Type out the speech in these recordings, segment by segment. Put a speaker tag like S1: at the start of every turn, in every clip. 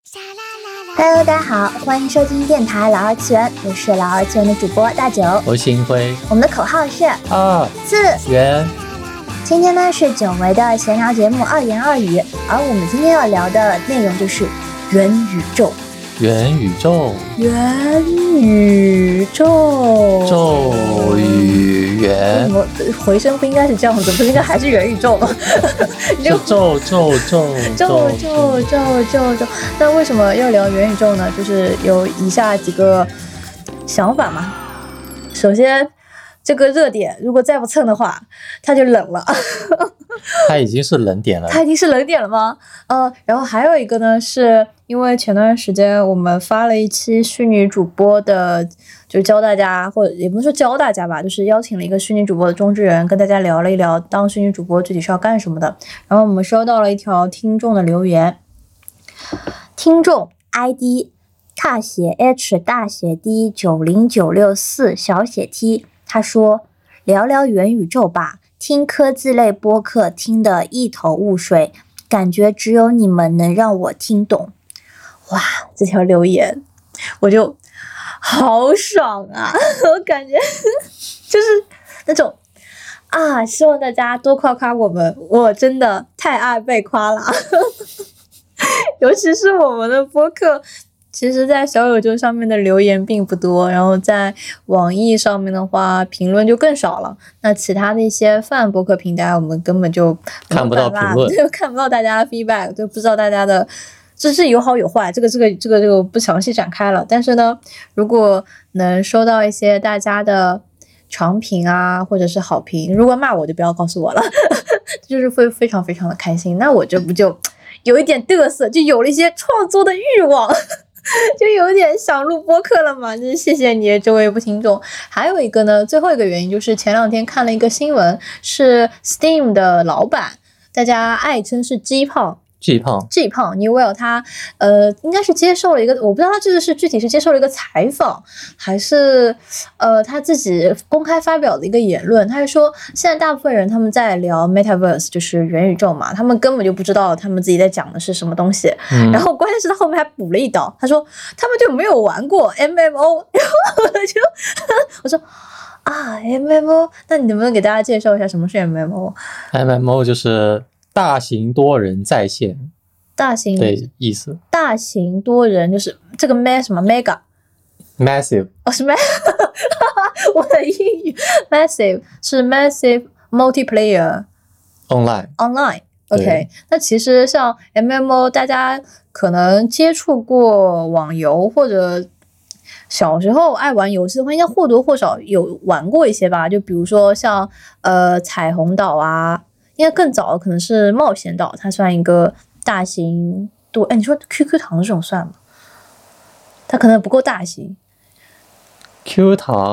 S1: Hello， 大家好，欢迎收听电台老二次元，我是老二次元的主播大九，
S2: 我是星辉，
S1: 我们的口号是
S2: 2次元。
S1: 今天呢是久违的闲聊节目二言二语，而我们今天要聊的内容就是元宇宙。
S2: 元宇宙，
S1: 元宇宙，
S2: 宙与元，
S1: 我回声不应该是这样子，不是应该还是元宇宙吗？
S2: 宙。
S1: 那为什么要聊元宇宙呢？就是有以下几个想法嘛。首先，这个热点如果再不蹭的话，它就冷了。
S2: 它已经是冷点了。
S1: 它已经是冷点了吗？然后还有一个呢，是因为前段时间我们发了一期虚拟主播的，就教大家，或者也不能说教大家吧，就是邀请了一个虚拟主播的中之人，跟大家聊了一聊当虚拟主播具体是要干什么的。然后我们收到了一条听众的留言，听众 ID 大写 H 大写 D 90964小写 T， 他说聊聊元宇宙吧。听科技类播客听得一头雾水，感觉只有你们能让我听懂。哇，这条留言我就好爽啊！我感觉就是那种希望大家多夸夸我们，我真的太爱被夸了。尤其是我们的播客，其实在小宇宙上面的留言并不多，然后在网易上面的话评论就更少了。那其他的一些泛播客平台我们根本就
S2: 看不到评论，
S1: 就看不到大家的 feedback， 就不知道大家的这是有好有坏，这个不详细展开了。但是呢，如果能收到一些大家的长评啊，或者是好评，如果骂我就不要告诉我了，就是会非常非常的开心。那我这不就有一点嘚瑟，就有了一些创作的欲望。就有点想录播客了嘛，就是谢谢你这位听众。还有一个呢，最后一个原因就是前两天看了一个新闻，是 Steam 的老板，大家爱称是G胖 Newell， 他应该是接受了一个，我不知道他这是具体是接受了一个采访，还是他自己公开发表的一个言论。他是说现在大部分人他们在聊 Metaverse， 就是元宇宙嘛，他们根本就不知道他们自己在讲的是什么东西。然后关键是他后面还补了一刀，他说他们就没有玩过 MMO。 然后我说MMO， 那你能不能给大家介绍一下什么是 MMO？
S2: 就是大型多人在线，
S1: 大型
S2: 对意思。
S1: 大型多人就是这个什么 mega
S2: massive
S1: 是我的英语 massive 是 massive multiplayer online OK。 那其实像 MMO 大家可能接触过网游，或者小时候爱玩游戏的话，应该或多或少有玩过一些吧。就比如说像彩虹岛啊，应该更早可能是冒险岛，它算一个大型度。你说 QQ 糖这种算吗？它可能不够大型。
S2: Q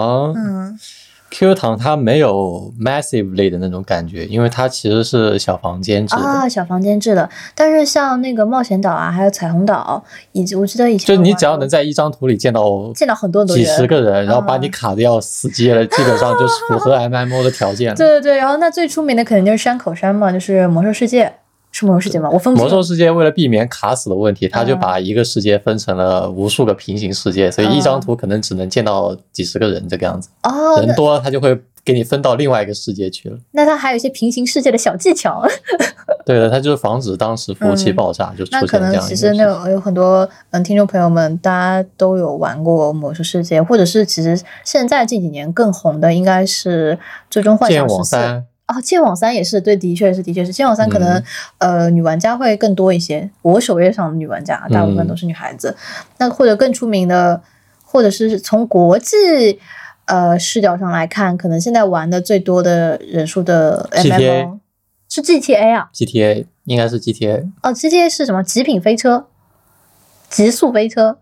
S2: 糖它没有 massively 的那种感觉，因为它其实是小房间制的
S1: 小房间制的。但是像那个冒险岛啊，还有彩虹岛，以及我记得以前
S2: 就你只要能在一张图里见到
S1: 很多人，
S2: 几十个人，然后把你卡的要死机了，基本上就是符合 MMO 的条件了。
S1: 对，然后那最出名的肯定就是山口山嘛，就是魔兽世界。是魔兽世界吗？我分不清。
S2: 魔兽世界为了避免卡死的问题，他就把一个世界分成了无数个平行世界，所以一张图可能只能见到几十个人这个样子。人多了他就会给你分到另外一个世界去了。那他
S1: 还有一些平行世界的小技巧。
S2: 对的，他就是防止当时服务器爆炸，就出现这样一个事情。那可能
S1: 其实有很多听众朋友们，大家都有玩过魔兽世界，或者是其实现在这几年更红的应该是最终幻想14。剑网3也是，对，的确是剑网3可能女玩家会更多一些，我首页上的女玩家大部分都是女孩子。那或者更出名的，或者是从国际视角上来看，可能现在玩的最多的人数的 MMO 是 GTA 啊。
S2: GTA 应该是 GTA。
S1: GTA 是什么？极品飞车，极速飞车，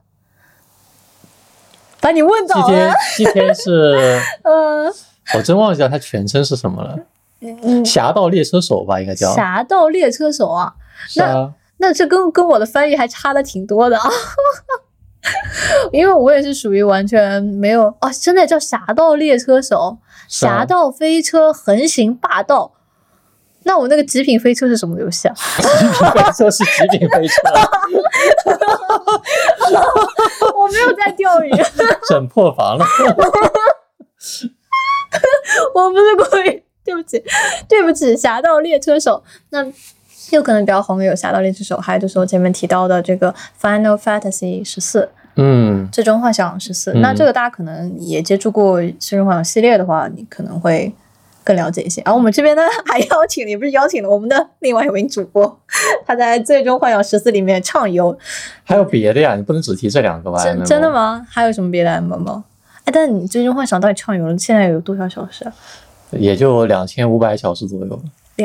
S1: 把你问到了。
S2: GTA 是我真忘记了它全称是什么了。侠盗猎车手吧，应该叫
S1: 侠盗猎车手啊。
S2: 是啊，
S1: 那这跟我的翻译还差的挺多的啊。因为我也是属于完全没有真的叫侠盗猎车手，侠盗飞车横行霸道。那我那个极品飞车是什么游戏啊？
S2: 极品飞车是极品飞车。
S1: 我没有在钓鱼，
S2: 整破防了。
S1: 我不是故意，对不起，对不起，侠盗猎车手。那有可能比较红的有侠盗猎车手，还有就是我前面提到的这个 Final Fantasy 14，最终幻想14。那这个大家可能也接触过最终幻想系列的话，你可能会更了解一些。而我们这边呢，还邀请了，也不是邀请了我们的另外一位主播，他在最终幻想14里面畅游。
S2: 还有别的呀，你不能只提这两个吧？
S1: 真的吗？还有什么别的 MMO？但你最终幻想到底畅游了现在有多少小时啊？
S2: 也就2500小时左右。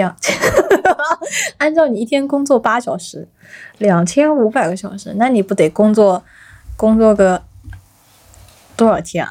S1: 按照你一天工作8小时，2500个小时，那你不得工作个多少天啊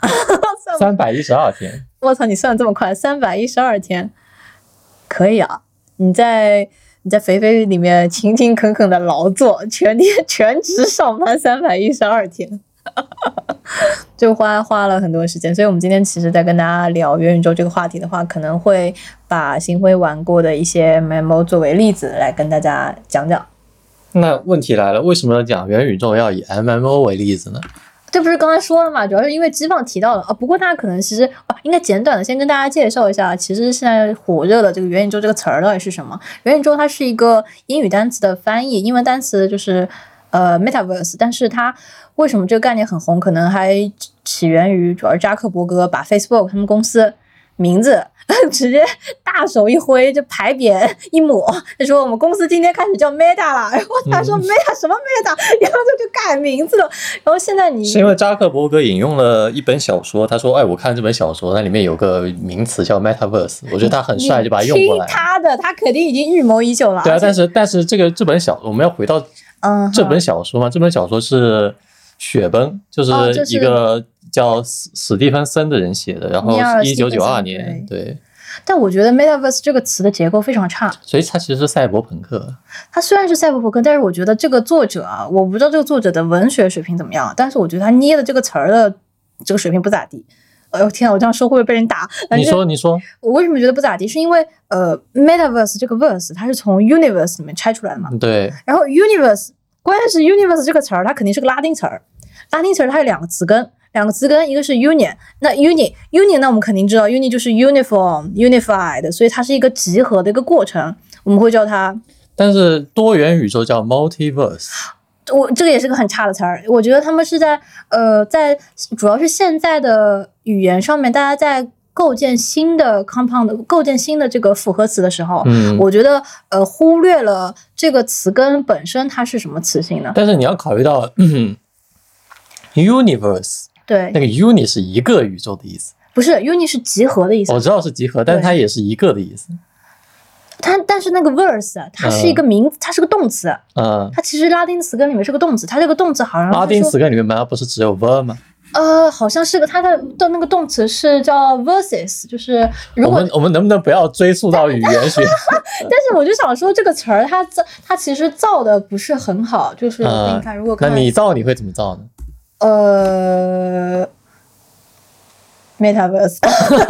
S2: ？312天。
S1: 我操，你算的这么快，312天，可以啊！你在肥肥里面勤勤恳恳的劳作，全职上班312天。就花了很多时间，所以我们今天其实在跟大家聊元宇宙这个话题的话，可能会把星辉玩过的一些 MMO 作为例子来跟大家讲讲。
S2: 那问题来了，为什么要讲元宇宙要以 MMO 为例子呢？
S1: 这不是刚才说了嘛，主要是因为机放提到了啊。不过大家可能其实应该简短的先跟大家介绍一下，其实现在火热的这个元宇宙这个词儿到底是什么？元宇宙它是一个英语单词的翻译，英文单词就是Metaverse， 但是它为什么这个概念很红？可能还起源于主要是扎克伯格把 Facebook 他们公司名字直接大手一挥就牌匾一抹，就说我们公司今天开始叫 Meta 了。然后他说 Meta 什么 Meta， 然后就改名字了。然后现在
S2: 是因为扎克伯格引用了一本小说，他说我看这本小说那里面有个名词叫 Metaverse， 我觉得他很帅，就把它用过来。
S1: 听他的，他肯定已经预谋已久了。
S2: 对啊，但是这本小我们要回到这本小说嘛，这本小说是雪崩，就是一个叫史蒂芬森的人写的，然后1992年，对。
S1: 但我觉得 Metaverse 这个词的结构非常差，
S2: 所以它其实是赛博朋克。它
S1: 虽然是赛博朋克，但是我觉得这个作者啊，我不知道这个作者的文学水平怎么样，但是我觉得他捏的这个词儿的这个水平不咋地。哎呦天啊，我这样说会不会被人打？
S2: 你说，
S1: 我为什么觉得不咋地？是因为Metaverse 这个 verse 它是从 universe 里面拆出来的嘛？
S2: 对。
S1: 然后 universe， 关键是 universe 这个词儿，它肯定是个拉丁词儿。拉丁词儿它有两个词根，一个是 union， 那 union 呢我们肯定知道 union 就是 uniform unified， 所以它是一个集合的一个过程，我们会叫它。
S2: 但是多元宇宙叫 multiverse，
S1: 这个也是个很差的词儿。我觉得他们是在主要是现在的语言上面，大家在构建新的 compound， 构建新的这个复合词的时候，我觉得忽略了这个词根本身它是什么词性呢？
S2: 但是你要考虑到universe，
S1: 对，
S2: 那个 uni 是一个宇宙的意思，
S1: 不是 uni 是集合的意思。
S2: 我知道是集合，但是它也是一个的意思。
S1: 但是那个 verse 它是一个它是个动词，它其实拉丁词根里面是个动词，它这个动词好像
S2: 拉丁词根里面不是只有 ver 吗？
S1: 好像是它的那个动词是叫 verses， 就是如果
S2: 我们能不能不要追溯到语言学？
S1: 但是我就想说这个词儿它其实造的不是很好，就是我给你看，如果
S2: 那你会怎么造呢
S1: ？Metaverse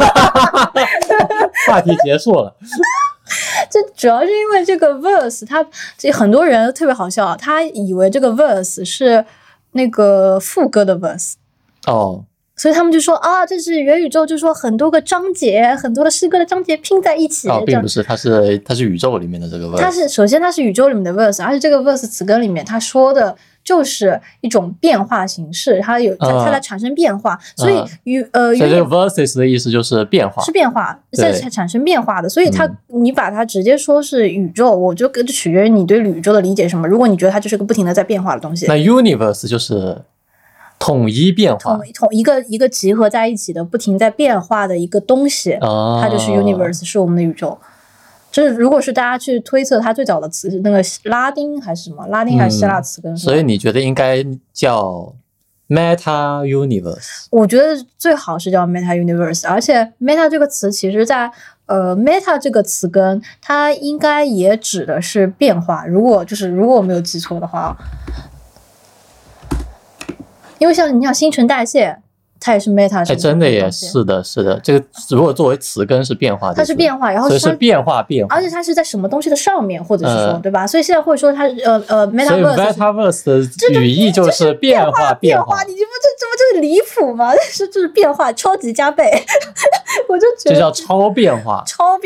S2: 话题结束了。
S1: 这主要是因为这个 verse， 这很多人特别好笑，他以为这个 verse 是那个副歌的 verse， 所以他们就说这是元宇宙，就说很多个章节，很多的诗歌的章节拼在一起。
S2: 并不是，它是宇宙里面的这个 verse。
S1: 首先它是宇宙里面的 verse， 而且这个 verse 词根里面他说的就是一种变化形式，它来产生变化，所以
S2: 所以这个 verses 的意思就是变化，
S1: 是变化，在产生变化的，所以你把它直接说是宇宙，我就取决于你对宇宙的理解什么。如果你觉得它就是个不停的在变化的东西，
S2: 那 universe 就是统一变化，
S1: 一个集合在一起的不停在变化的一个东西，它就是 universe， 是我们的宇宙。就是如果是大家去推测它最早的词是那个拉丁还是什么拉丁还是希腊词根，
S2: 所以你觉得应该叫 meta universe？
S1: 我觉得最好是叫 meta universe， 而且 meta 这个词其实在meta 这个词根它应该也指的是变化，如果我没有记错的话，因为像你想新陈代谢它也是 Meta 什么
S2: 真的也是的，是的。这个如果作为词根是变化的，
S1: 它是变化，然后
S2: 所以是变化，
S1: 而且它是在什么东西的上面，或者是说，对吧？所以现在会说它Metaverse，
S2: 所以 Metaverse 的语义就是变化。
S1: 你这不就是离谱吗？就是变化超级加倍，我就觉得
S2: 这叫超变化，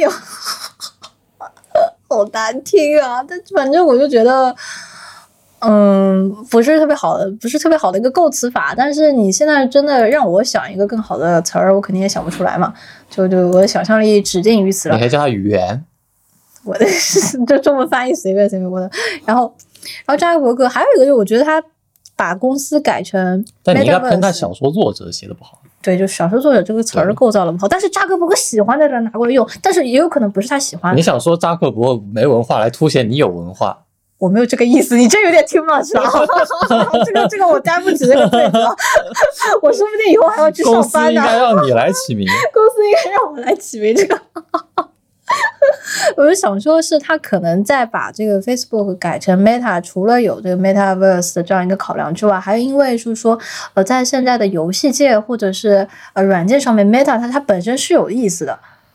S1: 好难听啊！但反正我就觉得。不是特别好的一个构词法，但是你现在真的让我想一个更好的词儿，我肯定也想不出来嘛，就我的想象力只限于此了。
S2: 你可以叫它语言，
S1: 我的就中文翻译随便我的。然后扎克伯格还有一个，就是我觉得他把公司改成，
S2: 但你应该喷他小说作者写的不好。
S1: 对，就小说作者这个词儿构造了不好，但是扎克伯格喜欢的人拿过来用，但是也有可能不是他喜欢。
S2: 你想说扎克伯格没文化来凸显你有文化？
S1: 我没有这个意思，你这有点 too much 了。这个我担不起这个罪责，我说不定以后还要去上班呢。
S2: 公司应该让你来起名，
S1: 公司应该让我来起名这个。我就想说是他可能在把这个 Facebook 改成 Meta， 除了有这个 Metaverse 的这样一个考量之外，还有因为是说在现在的游戏界或者是软件上面 Meta 它本身是有意思的。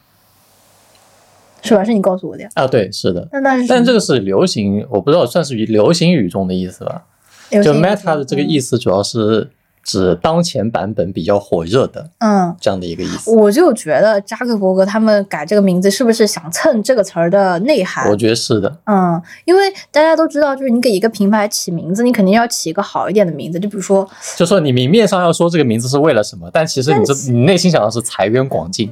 S1: 是吧？是你告诉我的呀？
S2: 对，是的。
S1: 但
S2: 这个是流行，我不知道算是流行语中的意思吧？就 Meta 的这个意思，主要是指当前版本比较火热的，这样的一个意思。
S1: 我就觉得扎克伯格他们改这个名字，是不是想蹭这个词儿的内涵？
S2: 我觉得是的。
S1: 因为大家都知道，就是你给一个品牌起名字，你肯定要起一个好一点的名字，就比如说，
S2: 就说你明面上要说这个名字是为了什么，但其实你内心想的是财源广进。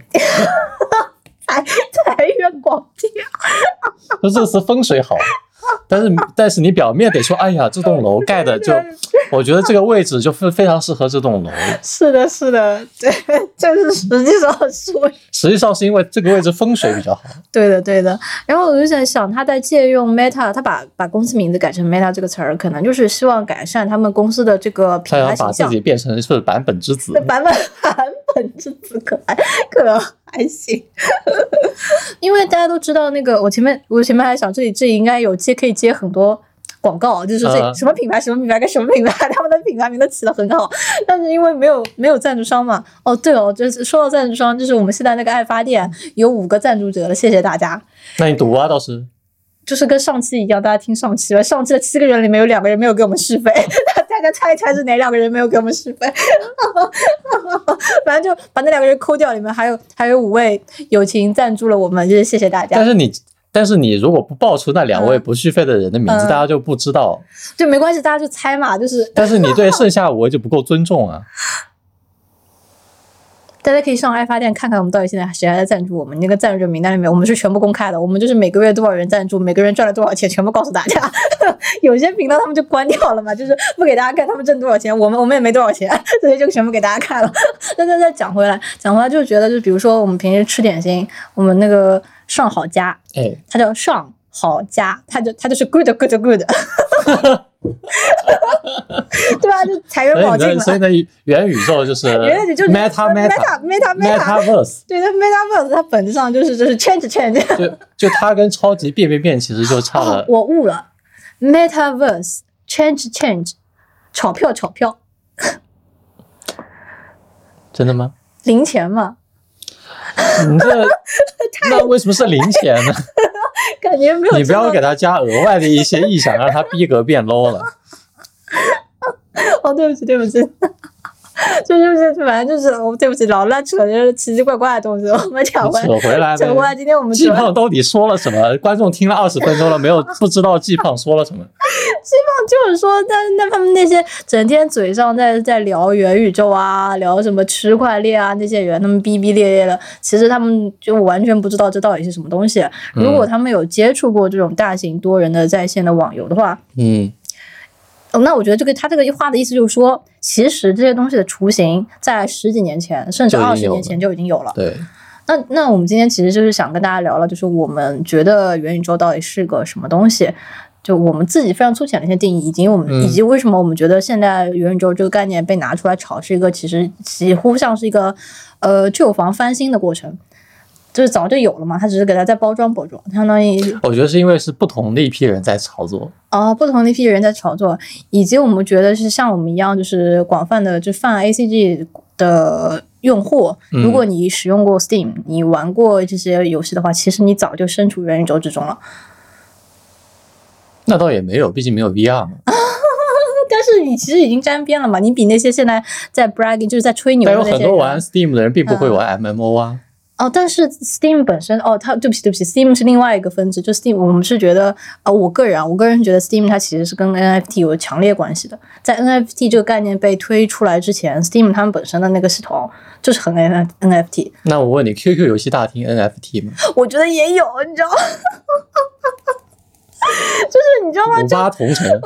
S1: 财源广进，
S2: 就这个词风水好，但是你表面得说，哎呀，这栋楼盖的就，我觉得这个位置就非常适合这栋楼。
S1: 是的，对，这是实际上是因为这个位置风水比较好。对的。然后我就在想，他在借用 Meta， 他把公司名字改成 Meta 这个词儿，可能就是希望改善他们公司的这个品牌形象。他要把自
S2: 己变成是版本之子。
S1: 版本之子可能还行。因为大家都知道那个，我前面还想这里应该可以接很多广告，就是什么品牌跟什么品牌，他们的品牌名都起得很好，但是因为没有赞助商嘛。就是说到赞助商，就是我们现在那个爱发电有5个赞助者了，谢谢大家。
S2: 那你读啊，倒是。
S1: 就是跟上期一样，大家听上期了。上期的7个人里面有2个人没有给我们续费，大家猜一猜是哪2个人没有给我们续费？反正就把那2个人抠掉，里面还有5位友情赞助了我们，就是谢谢大家。
S2: 但是你如果不报出那2位不续费的人的名字，大家就不知道。
S1: 就没关系，大家就猜嘛，就是。
S2: 但是你对剩下5位就不够尊重啊。
S1: 大家可以上爱发电看看我们到底现在谁还在赞助我们，那个赞助者名单里面我们是全部公开的，我们就是每个月多少人赞助，每个人赚了多少钱全部告诉大家。有些频道他们就关掉了嘛，就是不给大家看他们挣多少钱，我们也没多少钱，所以就全部给大家看了。但再讲回来就觉得，就比如说我们平时吃点心，我们那个上好佳，它叫上好佳，它就是 good。对吧？就财源广进了。
S2: 所以呢，元宇宙就是 Metaverse。
S1: 对，那 Metaverse 它本质上就是 change。
S2: 就它跟超级变其实就差了。
S1: 我悟了 ，Metaverse change， 炒票。
S2: 真的吗？
S1: 零钱嘛。
S2: 你那为什么是零钱呢？
S1: 感觉没有。
S2: 你不要给他加额外的一些臆想，让他逼格变 low 了。
S1: 对不起。就是反正就是对不起，老乱扯这奇奇怪怪的东西。我们扯回来。今天我们
S2: 季胖到底说了什么？观众听了20分钟了，不知道季胖说了什么。
S1: 季胖就是说，他们那些整天嘴上在聊元宇宙啊，聊什么区块链啊，那些人他们逼逼咧咧的，其实他们就完全不知道这到底是什么东西。如果他们有接触过这种大型多人的在线的网游的话，那我觉得他这个话的意思就是说，其实这些东西的雏形在10几年前甚至20年前就已经有了。
S2: 对。
S1: 那我们今天其实就是想跟大家聊了，就是我们觉得元宇宙到底是个什么东西，就我们自己非常粗浅的一些定义，以及为什么我们觉得现在元宇宙这个概念被拿出来炒是一个其实几乎像是一个旧房翻新的过程。就是早就有了嘛，他只是给它再包装，相当于
S2: 我觉得是因为是不同的一批人在炒作
S1: 不同的一批人在炒作，以及我们觉得是像我们一样就是广泛的就泛 ACG 的用户，如果你使用过 Steam，你玩过这些游戏的话，其实你早就身处元宇宙之中了。
S2: 那倒也没有，毕竟没有 VR 嘛。
S1: 但是你其实已经沾边了嘛，你比那些现在在 bragging 就是在吹牛的那些人，
S2: 但有很多玩 Steam 的人并不会玩 MMO 啊。
S1: 但是 Steam 本身对不起 Steam 是另外一个分支，就 Steam 我们是觉得我个人觉得 Steam 它其实是跟 NFT 有强烈关系的。在 NFT 这个概念被推出来之前， Steam 他们本身的那个系统就是很 NFT。
S2: 那我问你 QQ 游戏大厅 NFT 吗？
S1: 我觉得也有，你知道吗？就是你知道吗？
S2: 五八同城。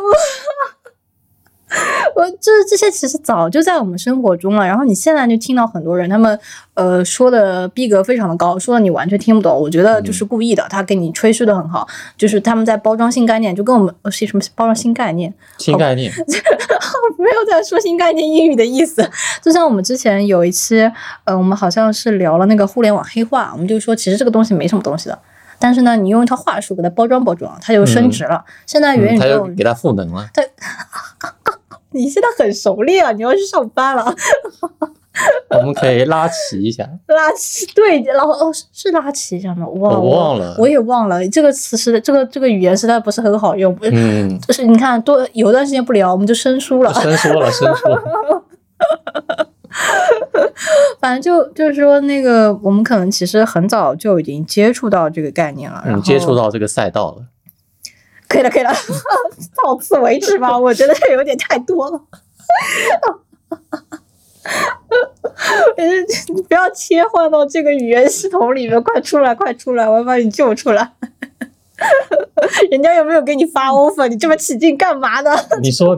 S1: 就是这些其实早就在我们生活中了，然后你现在就听到很多人他们说的逼格非常的高，说的你完全听不懂，我觉得就是故意的，他给你吹嘘的很好，就是他们在包装新概念，就跟我们是什么包装新概念没有在说新概念英语的意思。就像我们之前有一期我们好像是聊了那个互联网黑化，我们就说其实这个东西没什么东西的，但是呢你用一套话术给它包装，它就升值了。现在元宇宙
S2: 它就给它赋能了。
S1: 你现在很熟练啊，你要去上班了。
S2: 我们可以拉齐一下。
S1: 拉齐，对，然后是拉齐一下吗？
S2: 我忘了，
S1: 我也忘了这个词是这个语言实在不是很好用。就是你看有段时间不聊，我们就生疏了。反正就是说那个我们可能其实很早就已经接触到这个概念了，
S2: 接触到这个赛道了。
S1: 可以了，到此为止吧，我觉得有点太多了。你不要切换到这个语言系统里面，快出来，我要把你救出来。人家有没有给你发 offer？ 你这么起劲干嘛呢？
S2: 你说。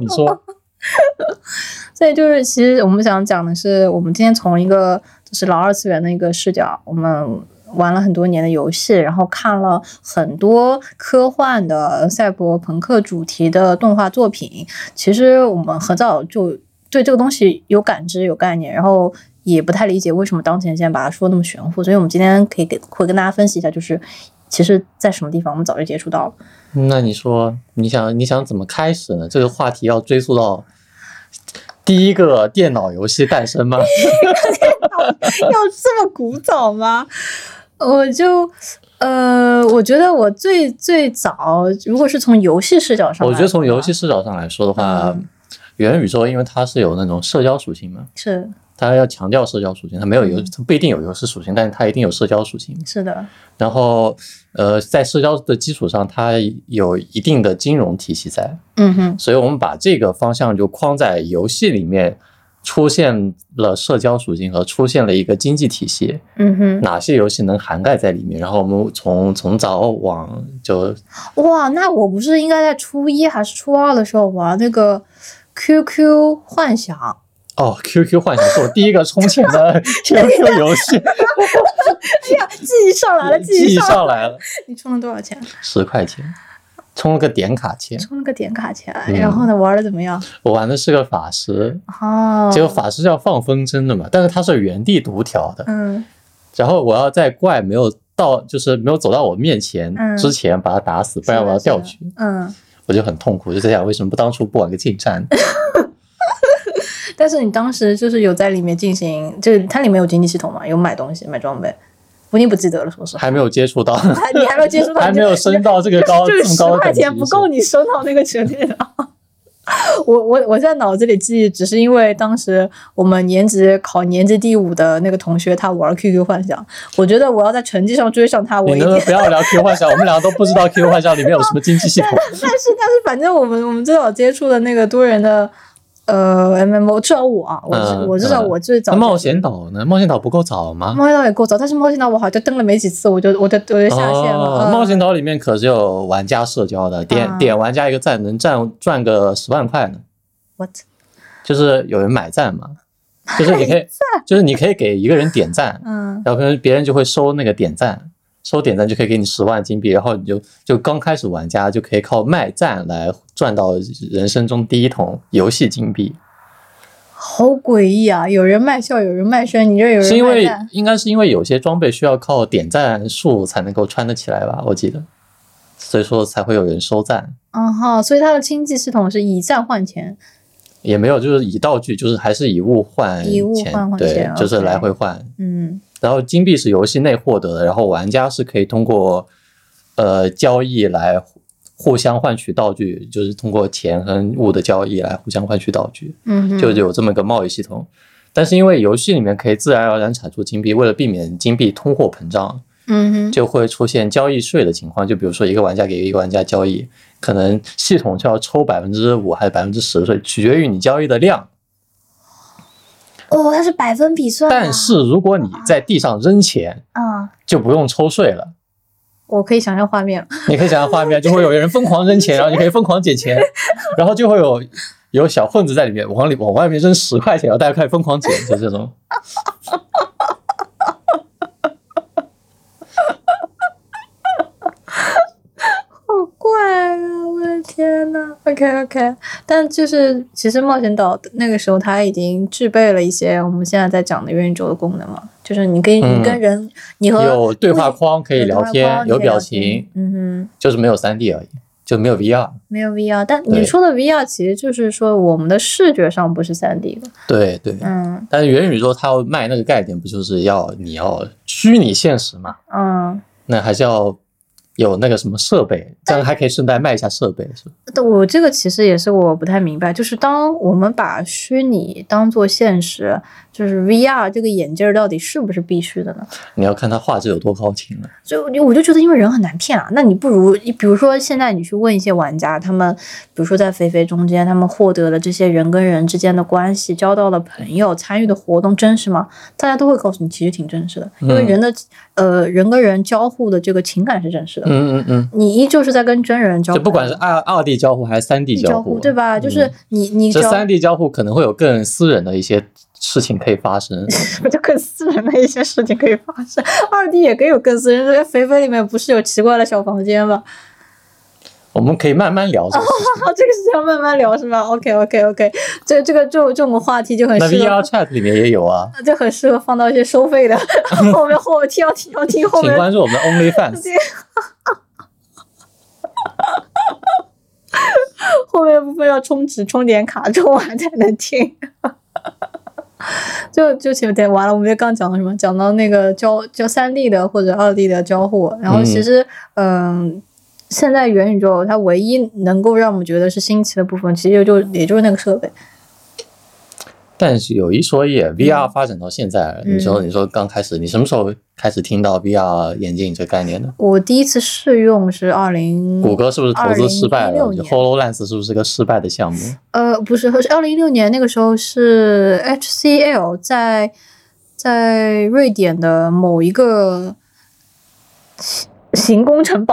S1: 所以就是其实我们想讲的是，我们今天从一个就是老二次元的一个视角，我们玩了很多年的游戏，然后看了很多科幻的赛博朋克主题的动画作品。其实我们很早就对这个东西有感知有概念，然后也不太理解为什么当前现在把它说那么玄乎。所以我们今天会跟大家分析一下，就是其实在什么地方我们早就接触到了。那
S2: 你说你想怎么开始呢？这个话题要追溯到第一个电脑游戏诞生吗？
S1: 要这么古早吗？我觉得我最早，如果是从游戏视角上来，
S2: 我觉得从游戏视角上来说的话，元宇宙因为它是有那种社交属性嘛，
S1: 是
S2: 它要强调社交属性，它没有它不一定有游戏属性，但是它一定有社交属性。
S1: 是的。
S2: 然后在社交的基础上，它有一定的金融体系在。所以我们把这个方向就框在游戏里面。出现了社交属性和出现了一个经济体系，哪些游戏能涵盖在里面？然后我们从早往就
S1: 那我不是应该在初一还是初二的时候玩那个 QQ 幻想
S2: ？QQ 幻想是我第一个充钱的 QQ 游戏。
S1: 哎呀，记忆上来了。你充了多少钱
S2: ？10块钱。充了个点卡钱，
S1: 然后呢，玩的怎么样？
S2: 我玩的是个法师，结果法师要放风筝的嘛，但是它是原地读条的，然后我要在怪没有走到我面前之前把它打死，不然我要掉局，我就很痛苦，就在想为什么当初不玩个近战。
S1: 但是你当时就是有在里面进行，就是它里面有经济系统嘛，有买东西买装备。我已经不记得了，说实话，
S2: 还没有接触到，
S1: 你还没有接触到，
S2: 还没有升到这个高，
S1: 就是10
S2: 这么高的
S1: 块钱不够你升到那个程度的。我在脑子里记忆，只是因为当时我们考年级第5的那个同学，他玩 QQ 幻想，我觉得我要在成绩上追上他。
S2: 你能不能不要聊 QQ 幻想？我们两个都不知道 QQ 幻想里面有什么经济系统。
S1: 但是反正我们最早接触的那个多人的。MMO 至少我至少我最早。
S2: 那冒险岛呢？冒险岛不够早吗？
S1: 冒险岛也够早，但是冒险岛我好像登了没几次，我就下线了。
S2: 冒险岛里面可是有玩家社交的，点玩家一个赞能赚个10万块呢。
S1: What？
S2: 就是有人买赞嘛，就是你可以给一个人点赞，然后别人就会收那个点赞。收点赞就可以给你10万金币，然后你就刚开始玩家就可以靠卖赞来赚到人生中第一桶游戏金币。
S1: 好诡异啊！有人卖笑，有人卖身，你这有人卖赞？
S2: 应该是因为有些装备需要靠点赞数才能够穿得起来吧？我记得，所以说才会有人收赞。
S1: 所以它的经济系统是以赞换钱。
S2: 也没有，就是以道具，就是还是以物换钱，对，就是来回换。然后金币是游戏内获得的，然后玩家是可以通过交易来互相换取道具，就是通过钱和物的交易来互相换取道具。就有这么个贸易系统。但是因为游戏里面可以自然而然产出金币，为了避免金币通货膨胀，就会出现交易税的情况。就比如说一个玩家给一个玩家交易，可能系统就要抽 5% 还是 10% 的税，取决于你交易的量。
S1: 它是百分比算。
S2: 但是如果你在地上扔钱，就不用抽税了。
S1: 我可以想象画面。
S2: 你可以想象画面，就会有人疯狂扔钱，然后你可以疯狂捡钱，然后就会有小混子在里面往外面扔10块钱，然后大家开始疯狂捡，就这种。
S1: 好怪啊！我的天哪 ！OK， 但就是其实冒险岛那个时候它已经具备了一些我们现在在讲的元宇宙的功能了，就是你可以你跟人，你和
S2: 有对话框可以聊天，有表情，就是没有3D 而已。就没有 VR，
S1: 没有 VR， 但你说的 VR 其实就是说我们的视觉上不是3D 的。
S2: 对，但是元宇宙它要卖那个概念，不就是你要虚拟现实嘛？那还是要有那个什么设备，这样还可以顺带卖一下设备，是吧？
S1: 我这个其实也是我不太明白，就是当我们把虚拟当做现实，就是 VR 这个眼镜到底是不是必须的呢？
S2: 你要看它画质有多高清了。
S1: 所以我就觉得，因为人很难骗啊，那你不如比如说现在你去问一些玩家，他们比如说在肥肥中间，他们获得了这些人跟人之间的关系，交到了朋友，参与的活动真实吗？大家都会告诉你，其实挺真实的，因为人跟人交互的这个情感是真实的。你依旧是在跟真人交互，
S2: 就不管是2D 交互还是3D 交互，
S1: 对吧？就是你
S2: 这3D 交互可能会有更私人的一些事情可以发生，
S1: 就更私人的一些事情可以发生。2D 也可以有更私人，这肥肥里面不是有奇怪的小房间吗？
S2: 我们可以慢慢聊这个事情。
S1: 这个是要慢慢聊是吧 ？OK， 这种话题就很适合。
S2: 那 VR Chat 里面也有啊，
S1: 就很适合放到一些收费的后面听后面。
S2: 请关注我们的 OnlyFans。
S1: 后面部分要充值充点卡，充完才能听。就前面完了，我们刚讲到什么？讲到那个交 3D 的或者2D 的交互，然后其实现在元宇宙它唯一能够让我们觉得是新奇的部分，其实也就是那个设备。
S2: 但是有一说一，VR 发展到现在，你说刚开始，你什么时候开始听到 VR 眼镜这个概念的？
S1: 我第一次试用是
S2: 谷歌是不是投资失败了？HoloLens 是不是个失败的项目？
S1: 不是，是2016年，那个时候是 HCL 在瑞典的某一个行宫城堡。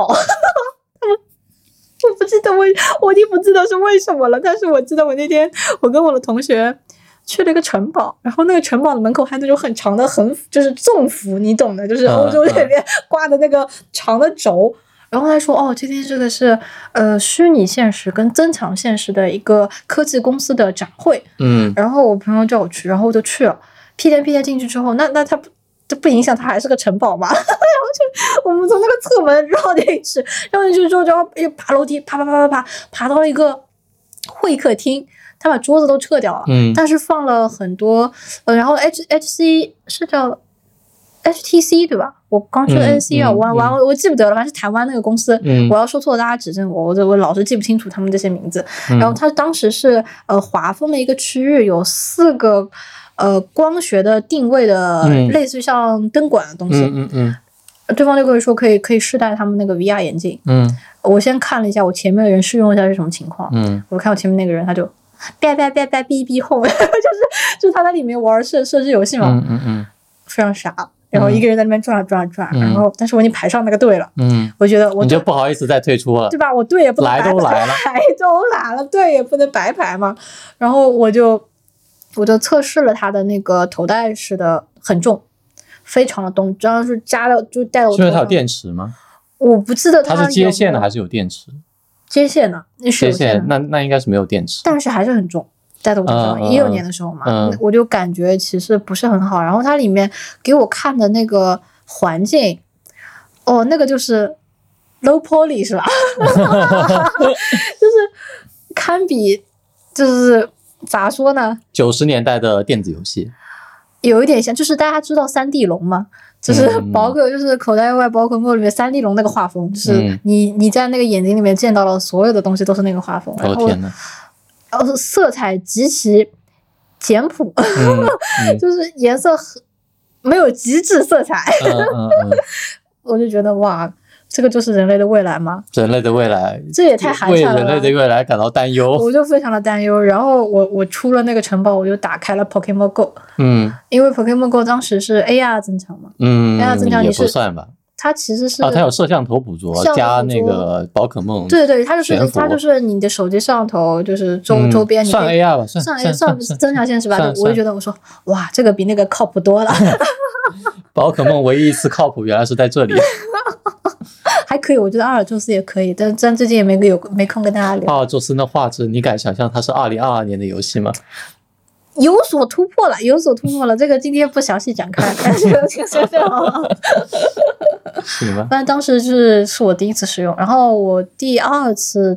S1: 我不记得我已经不记得是为什么了，但是我记得我那天我跟我的同学去了一个城堡，然后那个城堡的门口还有那种很长的就是纵幅，你懂的，就是欧洲那边挂的那个长的轴。然后他说今天这个是虚拟现实跟增强现实的一个科技公司的展会。然后我朋友叫我去，然后我就去了。屁颠进去之后，那他不影响它还是个城堡嘛？然后我们从那个侧门绕进去之后就要爬楼梯，爬到了一个会客厅。他把桌子都撤掉了，但是放了很多然后 HC 是叫 HTC 对吧？我刚说的 HTC 啊，我记不得了，反正是台湾那个公司。我要说错了，大家指正我，我老是记不清楚他们这些名字。然后他当时是划分了一个区域，有4个光学的定位的，类似于像灯管的东西。对方就跟我说可以试戴他们那个 VR 眼镜。我先看了一下我前面的人试用一下是什么情况。我看我前面那个人他就哔后面就是他在里面玩射击游戏嘛。非常傻。然后一个人在那边转，然后但是我已经排上那个队了。我觉得你
S2: 就不好意思再退出了，
S1: 对吧？我队也不能
S2: 来都来
S1: 了，队也不能白排嘛。然后我就测试了他的那个头戴式的，很重，非常的重，主要是加了就戴了我头上。
S2: 因为它有电池吗？
S1: 我不记得
S2: 它是接线的还是有电池？
S1: 接线的，
S2: 接线那应该是没有电池，
S1: 但是还是很重。戴在我头上，16年的时候嘛，我就感觉其实不是很好。然后它里面给我看的那个环境，那个就是 low poly 是吧？就是堪比就是咋说呢
S2: ？90年代的电子游戏，
S1: 有一点像，就是大家知道3D 龙吗？就是宝可，就是口袋妖怪宝可梦里面3D 龙那个画风，就是你在那个眼睛里面见到了所有的东西都是那个画风。
S2: 哦天哪！
S1: 然后色彩极其简朴，就是颜色没有极致色彩。我就觉得哇，这个就是人类的未来吗？
S2: 人类的未来，
S1: 这也太寒碜了。
S2: 为人类的未来感到担忧，
S1: 我就非常的担忧。然后我出了那个城堡，我就打开了 Pokemon Go。因为 Pokemon Go 当时是 AR 增强嘛。AR 增强
S2: 也不算吧。
S1: 它其实是
S2: 它有摄像头捕捉加那个宝可梦。
S1: 对，它就是你的手机摄像头，就是周边你
S2: 算 AR 吧，
S1: 算增强现实吧。我就觉得我说哇，这个比那个靠谱多了。
S2: 宝可梦唯一一次靠谱原来是在这里。
S1: 还可以，我觉得阿尔宙斯也可以，但最近也没空跟大家聊。
S2: 阿尔宙斯那画质，你敢想象它是2022年的游戏吗？
S1: 有所突破了，这个今天不详细展开，但是挺随便好。
S2: 是吗？
S1: 但当时是我第一次使用，然后我第二次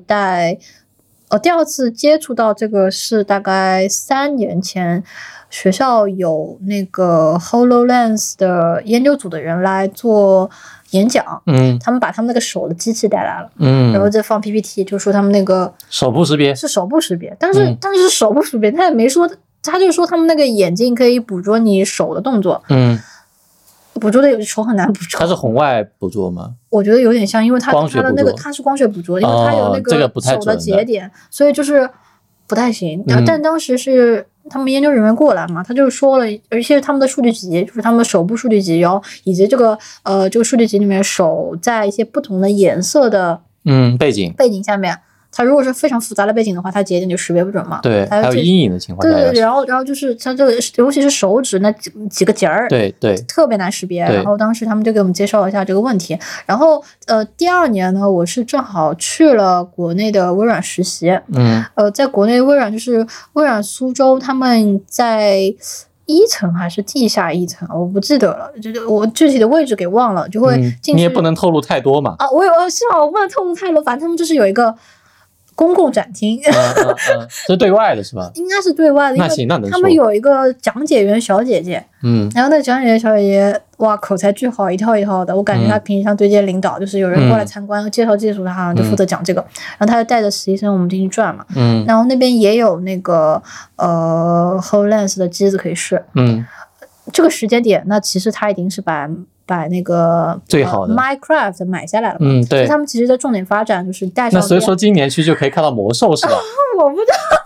S1: 接触到这个是大概3年前，学校有那个 HoloLens 的研究组的人来做演讲，他们把他们那个手的机器带来了，然后再放 PPT， 就说他们那个
S2: 手部识别
S1: 是手部识别，但是手部识别，他也没说，他就说他们那个眼镜可以捕捉你手的动作，捕捉的手很难捕捉。
S2: 它是红外捕捉吗？
S1: 我觉得有点像，因为它的那个它是光学捕捉，因为它有那个手的节点，所以就是不太行。但当时是他们研究人员过来嘛，他就说了，而且他们的数据集就是他们的手部数据集，然后以及这个数据集里面手在一些不同的颜色的
S2: 背景
S1: 下面。它如果是非常复杂的背景的话，它节点就识别不准嘛。
S2: 对，还有阴影的情况下。
S1: 对，然后就是它这个，尤其是手指那几个节儿，
S2: 对，
S1: 特别难识别。然后当时他们就给我们介绍了一下这个问题。然后第2年呢，我是正好去了国内的微软实习。在国内微软就是微软苏州，他们在1层还是地下1层，我不记得了，就是我具体的位置给忘了，就会进去。
S2: 你也不能透露太多嘛。
S1: 我希望我不能透露太多，反正他们就是有一个公共展厅。
S2: 这是对外的是吧？
S1: 应该是对外的。
S2: 那行，那能说。
S1: 他们有一个讲解员小姐姐，然后那讲解员小姐姐，哇，口才巨好，一套一套的。我感觉她平时像对接领导，就是有人过来参观介绍技术，她好像就负责讲这个。然后她就带着实习生我们进去转嘛。然后那边也有那个HoloLens 的机子可以试。这个时间点，那其实他已经是把那个
S2: 最好的
S1: Minecraft 买下来了嘛。对。所以他们其实在重点发展就是带上。
S2: 那所以说今年去就可以看到魔兽是吧？
S1: 我不知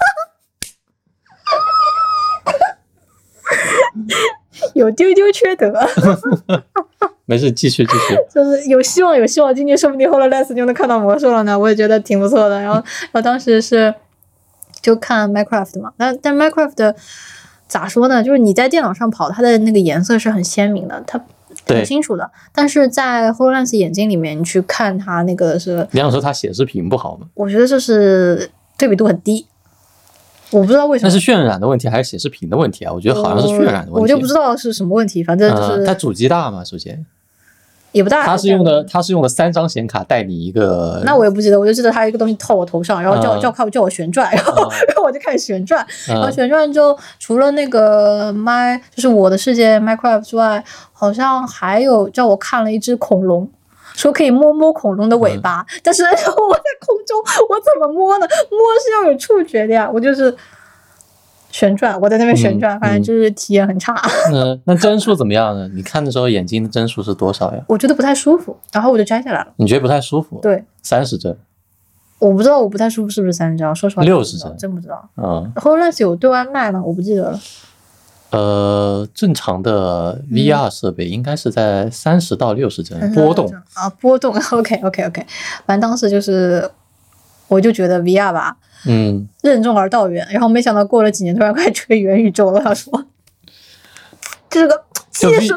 S1: 道。有丢丢缺德。
S2: 没事，继续。
S1: 就是有希望，今年说不定 HoloLens 就能看到魔兽了呢，我也觉得挺不错的。然后当时是就看 Minecraft 嘛，但 Minecraft 咋说呢？就是你在电脑上跑，它的那个颜色是很鲜明的，它挺清楚的。但是在 HoloLens 眼镜里面，你去看它那个是，
S2: 你想说它显示屏不好吗？
S1: 我觉得就是对比度很低。我不知道为什么。
S2: 那是渲染的问题还是显示屏的问题啊？我觉得好像是渲染的问题。
S1: 我就不知道是什么问题，反正就是。
S2: 它主机大嘛，首先。
S1: 也不大。
S2: 它是用的3张显卡带你一个。
S1: 那我也不记得，我就记得它一个东西套我头上，然后叫我旋转，然后我就开始旋转，然后旋转之后，除了那个就是我的世界 Minecraft 之外，好像还有叫我看了一只恐龙。说可以摸恐龙的尾巴，但是我在空中我怎么摸呢？摸是要有触觉的呀，我就是旋转，我在那边旋转，反正就是体验很差。
S2: 那帧数怎么样呢？你看的时候眼睛的帧数是多少呀？
S1: 我觉得不太舒服，然后我就摘下来了。
S2: 你觉得不太舒服？
S1: 对
S2: ，30帧。
S1: 我不知道我不太舒服是不是30帧，说实话
S2: 60帧，
S1: 真不知道。HoloLens 有对外卖吗？我不记得了。
S2: 正常的 VR 设备应该是在30到60帧波动
S1: 啊，波动。OK， 反正当时就是我就觉得 VR 吧，任重而道远，然后没想到过了几年，突然快吹元宇宙了。他说，这个技术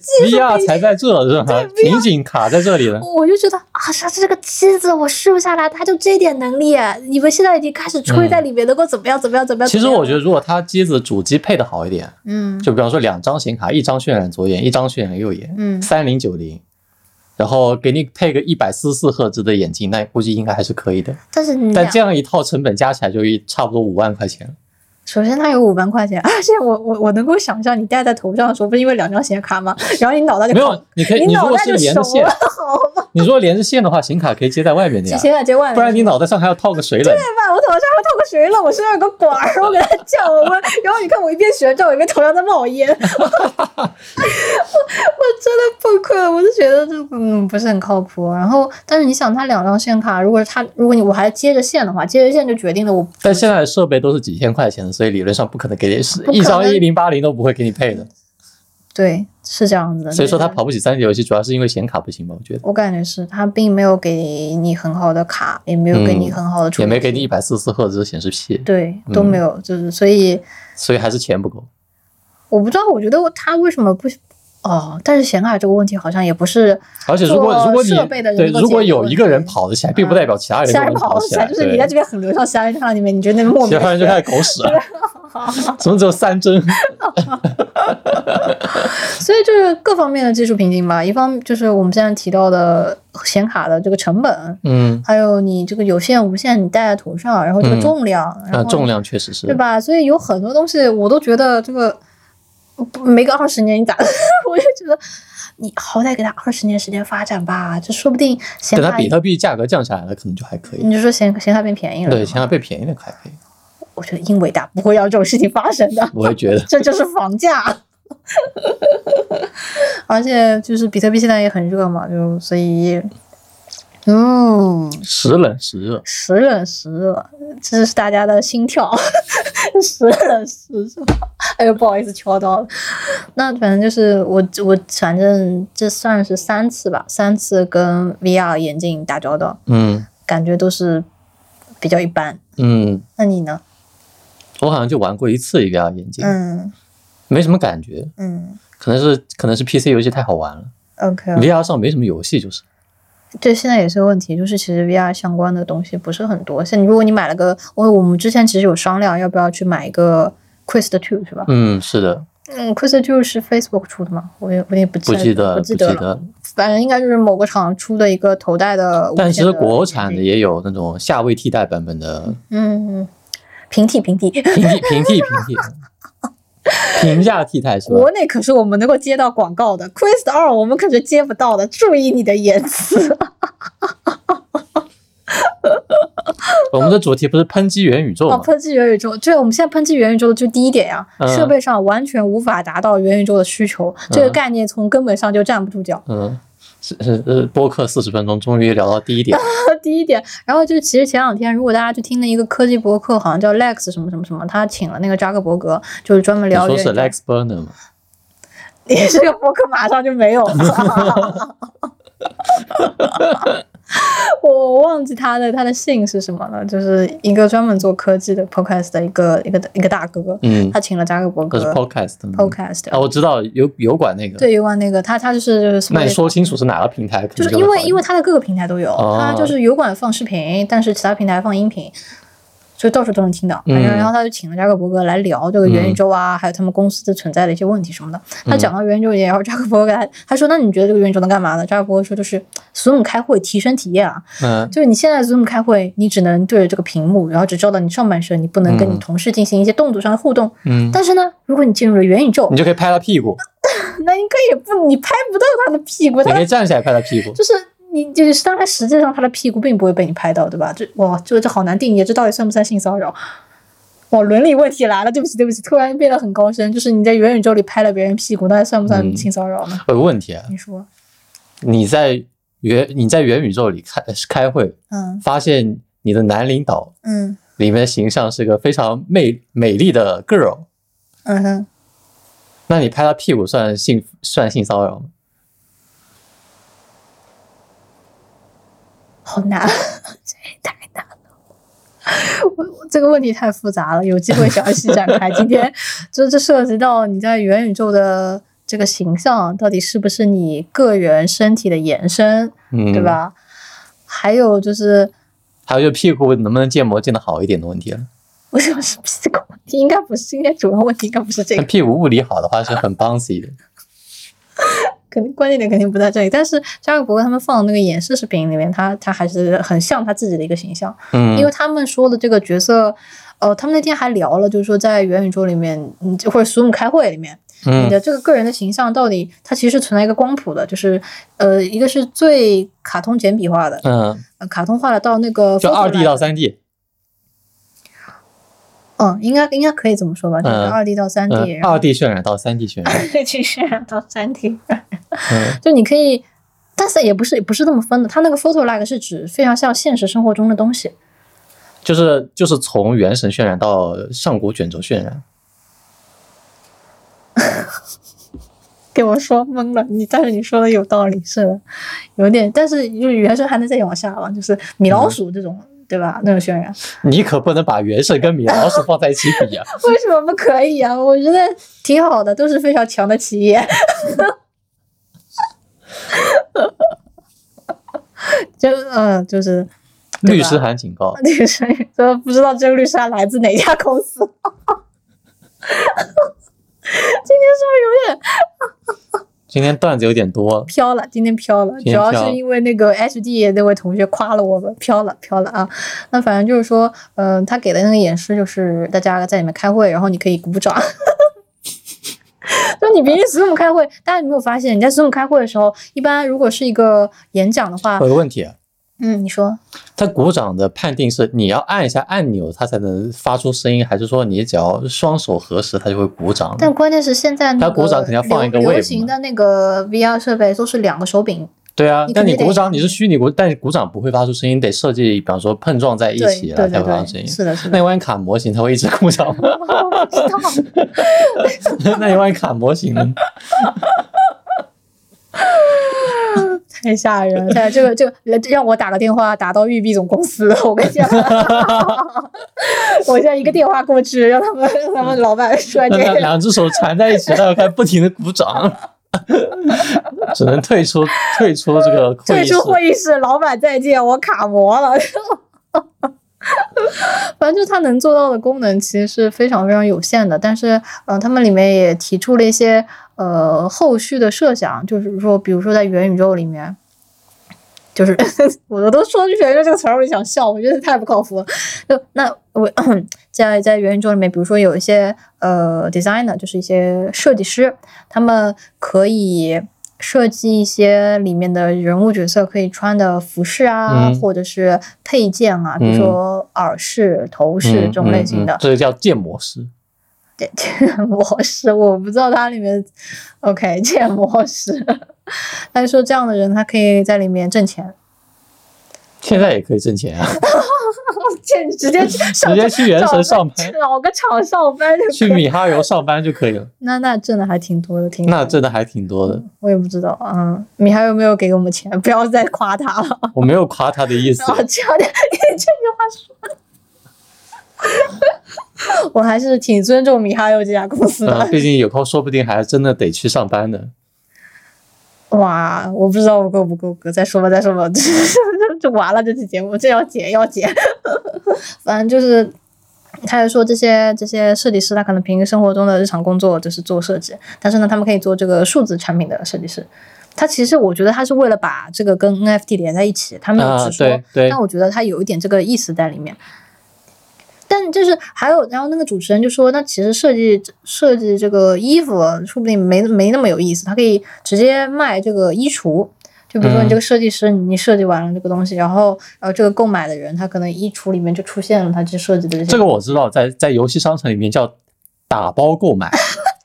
S2: VR 才在这是吧？瓶颈卡在这里了。
S1: 我就觉得啊，这个机子我试不下来，它就这点能力，你们现在已经开始吹在里面能够怎么样？
S2: 其实我觉得，如果它机子主机配的好一点，就比方说2张显卡，1张渲染左眼，1张渲染右眼，3090。然后给你配个144赫兹的眼镜，那估计应该还是可以的。但这样一套成本加起来就差不多5万块钱了。
S1: 首先它有5万块钱，而且我能够想象你戴在头上的时候，不是因为2张显卡吗？然后你脑袋就
S2: 没有，你如果是连着线，你如果连着线的话，显卡可以接在外面的呀，
S1: 显卡接外面，
S2: 不然你脑袋上还要套个水冷。
S1: 对吧？我头上还套个水冷，我身上有个管儿，我给它降温。然后你看我一边旋转，我一边头上在冒烟，我真的崩溃了。我就觉得这不是很靠谱。然后，但是你想，它2张显卡，如果我还接着线的话，接着线就决定了我。
S2: 但现在的设备都是几千块钱的，所以理论上不可能给你一张1080都不会给你配的。
S1: 对，是这样子的。
S2: 所以说它跑不起3D 游戏，主要是因为显卡不行吧？我觉得。
S1: 我感觉是，它并没有给你很好的卡，也没有给你很好的处理器，
S2: 也没给你144赫兹的显示器。
S1: 对，都没有，就是所以
S2: 还是钱不够。
S1: 我不知道，我觉得它为什么不但是显卡这个问题好像也不是，
S2: 而且如果有一个人跑得起来，并不代表其他人都能跑起来。
S1: 就是你在这边很流畅，其他人看到你们，你觉得那莫名，
S2: 其他人就开始狗屎了。怎么只有3帧？
S1: 所以就是各方面的技术瓶颈吧。一方就是我们现在提到的显卡的这个成本，还有你这个有线无线你戴在头上，然后这个重量，然后
S2: 重量确实是，
S1: 对吧？所以有很多东西我都觉得这个没个20年你咋的？我就觉得你好歹给他20年时间发展吧，这说不定显卡
S2: 等它比特币价格降下来了，可能就还可以。
S1: 你就说显卡变便宜了，
S2: 对，显卡变便宜了还可以。
S1: 我觉得英伟达不会让这种事情发生的，
S2: 我也觉得
S1: 这就是房价。而且就是比特币现在也很热嘛，就所以
S2: 时冷时热，
S1: 时冷时热，这是大家的心跳。时冷时热，哎呦不好意思敲到了。那反正就是我反正这算是3次吧，3次跟 VR 眼镜打交道，感觉都是比较一般。那你呢？
S2: 我好像就玩过1次 VR 眼镜，没什么感觉，可能是 PC 游戏太好玩了。VR 上没什么游戏，就是。
S1: 对，现在也是个问题，就是其实 VR 相关的东西不是很多。像如果你买了个，我们之前其实有商量要不要去买一个 Quest 2，是吧？
S2: 是的。
S1: Quest 2是 Facebook 出的吗？我也不记得
S2: 了。
S1: 反正应该就是某个厂出的一个头戴的。
S2: 但其实国产的也有那种下位替代版本的。
S1: 平替。
S2: 平价替代是吧？
S1: 国内可是我们能够接到广告的 ，Quest 2我们可是接不到的，注意你的言辞。
S2: 我们的主题不是抨击元宇宙吗？
S1: 抨击元宇宙，对，我们现在抨击元宇宙的就第一点呀，设备上完全无法达到元宇宙的需求，这个概念从根本上就站不住脚。
S2: 播客40分钟终于聊到第一点。
S1: 第一点，然后就其实前2天，如果大家去听了一个科技博客，好像叫 Lex 什么什么什么，他请了那个扎克伯格，就是专门聊。
S2: 你说是 Lex Burner 吗？
S1: 你这个博客马上就没有了。我忘记他的姓是什么了，就是一个专门做科技的 podcast 的一个大哥，他请了扎克伯格。
S2: 是 podcast 我知道油管那个。
S1: 对，油管那个他就是。
S2: 那你说清楚是哪个平台？
S1: 就是因为他的各个平台都有，他就是油管放视频，但是其他平台放音频。所以到处都能听到，然后他就请了扎克伯格来聊这个元宇宙啊，还有他们公司的存在的一些问题什么的。他讲到元宇宙然后扎克伯格他说：“那你觉得这个元宇宙能干嘛呢？”扎克伯格说：“就是 Zoom 开会提升体验啊，就是你现在 Zoom 开会，你只能对着这个屏幕，然后只照到你上半身，你不能跟你同事进行一些动作上的互动。但是呢，如果你进入了元宇宙，
S2: 你就可以拍他屁股。
S1: 那应该也不，你拍不到他的屁股，
S2: 你可以站起来拍他屁股，
S1: 就是。”你就是当然，实际上他的屁股并不会被你拍到，对吧？这好难定义，这到底算不算性骚扰？伦理问题来了，对不起，突然变得很高深。就是你在元宇宙里拍了别人屁股，那算不算性骚扰呢？
S2: 有个问题啊，
S1: 你说，
S2: 你在元宇宙里开会，发现你的男领导，里面的形象是个非常美丽的 girl，那你拍他屁股算性骚扰吗？
S1: 好难，这也太难了。我这个问题太复杂了，有机会详细展开。今天这涉及到你在元宇宙的这个形象到底是不是你个人身体的延伸，对吧？还有就是
S2: 屁股能不能建模建得好一点的问题了。
S1: 为什么是屁股？应该不是，应该主要问题应该不是这个。
S2: 屁股物理好的话是很 bouncy 的。
S1: 肯定关键点肯定不在这里，但是扎克伯格他们放的那个演示视频里面，他还是很像他自己的一个形象，因为他们说的这个角色， 他们那天还聊了，就是说在元宇宙里面，或者 Zoom 开会里面，你的这个个人的形象到底它其实存在一个光谱的，就是一个是最卡通简笔画的，卡通化的到那个
S2: 就2D 到3D。
S1: 应该可以这么说吧，就是 2D 到 3D，
S2: 2D 渲染到 3D 渲染
S1: ，2D 渲染到 3D， 就你可以，但是也不是这么分的，它那个 photo lag 是指非常像现实生活中的东西，
S2: 就是从原神渲染到上古卷轴渲染。
S1: 给我说懵了，但是你说的有道理，是的，有点，但是就是原神还能再往下了，就是米老鼠这种。对吧？那种渲染，
S2: 你可不能把原神跟米老鼠放在一起比啊！
S1: 为什么不可以啊？我觉得挺好的，都是非常强的企业。就是
S2: 律师函警告，
S1: 律师说不知道这个律师函来自哪家公司。今天是不是有点？
S2: 今天段子有点多，
S1: 飘了，今天飘了，主要是因为那个 HD 那位同学夸了我们，飘了啊。那反正就是说，他给的那个演示就是大家在里面开会，然后你可以鼓掌。就你平时 Zoom 开会，大家有没有发现，你在 Zoom 开会的时候，一般如果是一个演讲的话，
S2: 有个问题。
S1: 你说。
S2: 他鼓掌的判定是你要按一下按钮，它才能发出声音，还是说你只要双手合十，它就会鼓掌？
S1: 但关键是现在
S2: 他鼓掌肯定要放一个位。
S1: 流行的那个 VR 设备都是2个手柄。
S2: 对啊，但你鼓掌你是虚拟鼓，但鼓掌不会发出声音，得设计，比方说碰撞在一起了才会发出声音。
S1: 是的。
S2: 那你玩卡模型，它会一直鼓掌吗？
S1: 不知道。
S2: 那你玩卡模型呢？
S1: 太吓人了！这个让我打个电话打到育碧总公司，我跟你讲，我现在一个电话过去，让他们老板出来。
S2: 2只手缠在一起，他要开不停的鼓掌，只能退出这个
S1: 退出会议室。老板再见，我卡膜了。反正就是它能做到的功能其实是非常非常有限的，但是他们里面也提出了一些后续的设想，就是说比如说在元宇宙里面，就是我都说元宇宙这个词儿，我就想笑，我觉得太不靠谱了。就那我在元宇宙里面，比如说有一些designer， 就是一些设计师，他们可以设计一些里面的人物角色可以穿的服饰啊，或者是配件啊，比如说耳饰、头饰这种类型的，
S2: 这个叫建模师。
S1: 对，建模师，我不知道它里面 OK 建模师，他就说这样的人他可以在里面挣钱。
S2: 现在也可以挣钱啊！
S1: 直接
S2: 去原神上班，
S1: 找个厂上班就
S2: 去米哈游上班就可以了。
S1: 那挣的还挺多的，
S2: 那挣的还挺多的。
S1: 我也不知道，米哈游没有给我们钱，不要再夸他了。
S2: 我没有夸他的意思。
S1: 这句话说的。我还是挺尊重米哈游这家公司的。
S2: 毕竟有空说不定还真的得去上班的。
S1: 哇，我不知道我够不够格，再说吧，就完了这期节目，这要剪。反正就是他就说这些设计师他可能平时生活中的日常工作就是做设计，但是呢他们可以做这个数字产品的设计师。他其实我觉得他是为了把这个跟 NFT 连在一起，他没有直说，但我觉得他有一点这个意思在里面。但就是还有，然后那个主持人就说，那其实设计这个衣服说不定没那么有意思，他可以直接卖这个衣橱。就比如说你这个设计师，你设计完了这个东西，然后这个购买的人他可能衣橱里面就出现了他这设计的
S2: 这个我知道，在游戏商城里面叫打包购买。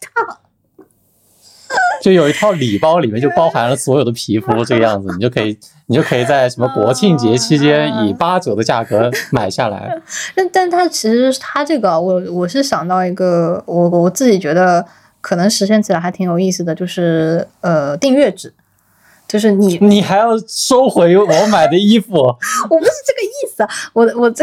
S2: 就有一套礼包，里面就包含了所有的皮肤，这个样子，你就可以在什么国庆节期间以8折的价格买下来。
S1: 但它其实它这个，我是想到一个，我自己觉得可能实现起来还挺有意思的，就是订阅制。就是
S2: 你还要收回我买的衣服？我
S1: 不是这个意思啊，我这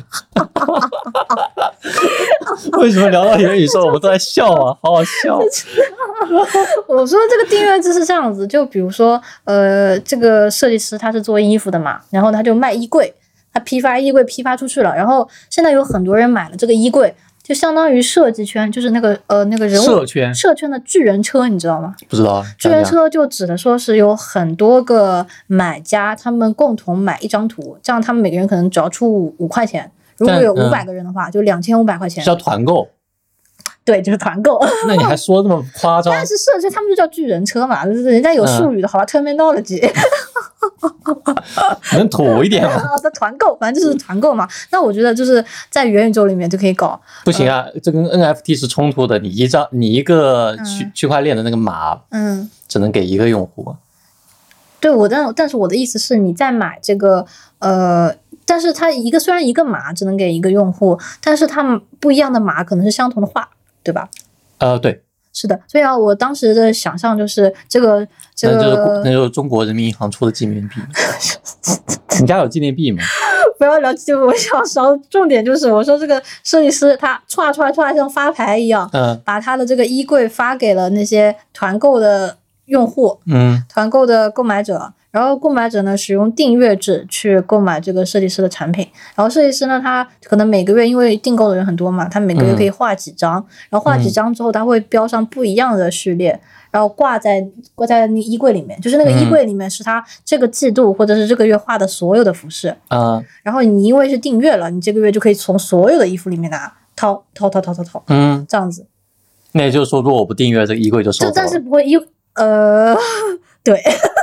S2: 为什么聊到元宇宙我们都在笑啊？好好笑。
S1: 我说这个订阅制是这样子，就比如说这个设计师他是做衣服的嘛，然后他就卖衣柜，他批发衣柜批发出去了，然后现在有很多人买了这个衣柜。就相当于设计圈，就是那个人物社圈的巨人车，你知道吗？
S2: 不知道。
S1: 巨人车就指的说是有很多个买家，他们共同买一张图，这样他们每个人可能只要出5块钱， 如果有500个人的话，就2500块钱。
S2: 叫团购。
S1: 对，就是团购。
S2: 那你还说这么夸张？
S1: 但是社区他们就叫巨人车嘛，就是人家有术语的好吧 ，terminology。
S2: 能土一点吗？
S1: 团购，反正就是团购嘛。那我觉得就是在元宇宙里面就可以搞。
S2: 不行啊，这跟 NFT 是冲突的。你一个区块链的那个码，只能给一个用户。
S1: 对，但是我的意思是，你在买这个但是它虽然一个码只能给一个用户，但是它不一样的码可能是相同的话，对吧？
S2: 对。
S1: 是的，所以我当时的想象就是这个
S2: 那就是中国人民银行出的纪念币。你家有纪念币吗？
S1: 不要聊纪念币，我想说重点就是我说这个设计师他歘像发牌一样，把他的这个衣柜发给了那些团购的用户，团购的购买者。然后购买者呢使用订阅制去购买这个设计师的产品，然后设计师呢他可能每个月因为订购的人很多嘛，他每个月可以画几张，然后画几张之后他会标上不一样的序列，然后挂在那个衣柜里面，就是那个衣柜里面是他这个季度或者是这个月画的所有的服饰，然后你因为是订阅了，你这个月就可以从所有的衣服里面掏，这样子。
S2: 那也就是说，如果我不订阅，这个衣柜就收走了。
S1: 但是不会对。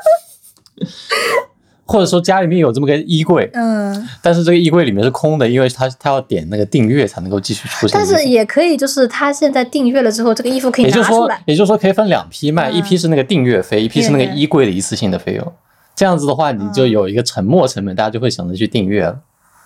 S2: 或者说家里面有这么个衣柜，但是这个衣柜里面是空的，因为他要点那个订阅才能够继续出现。
S1: 但是也可以，就是他现在订阅了之后，这个衣服可以拿出来。
S2: 也就是说可以分2批卖，一批是那个订阅费，一批是那个衣柜的一次性的费用。这样子的话，你就有一个沉没成本，大家就会想着去订阅了。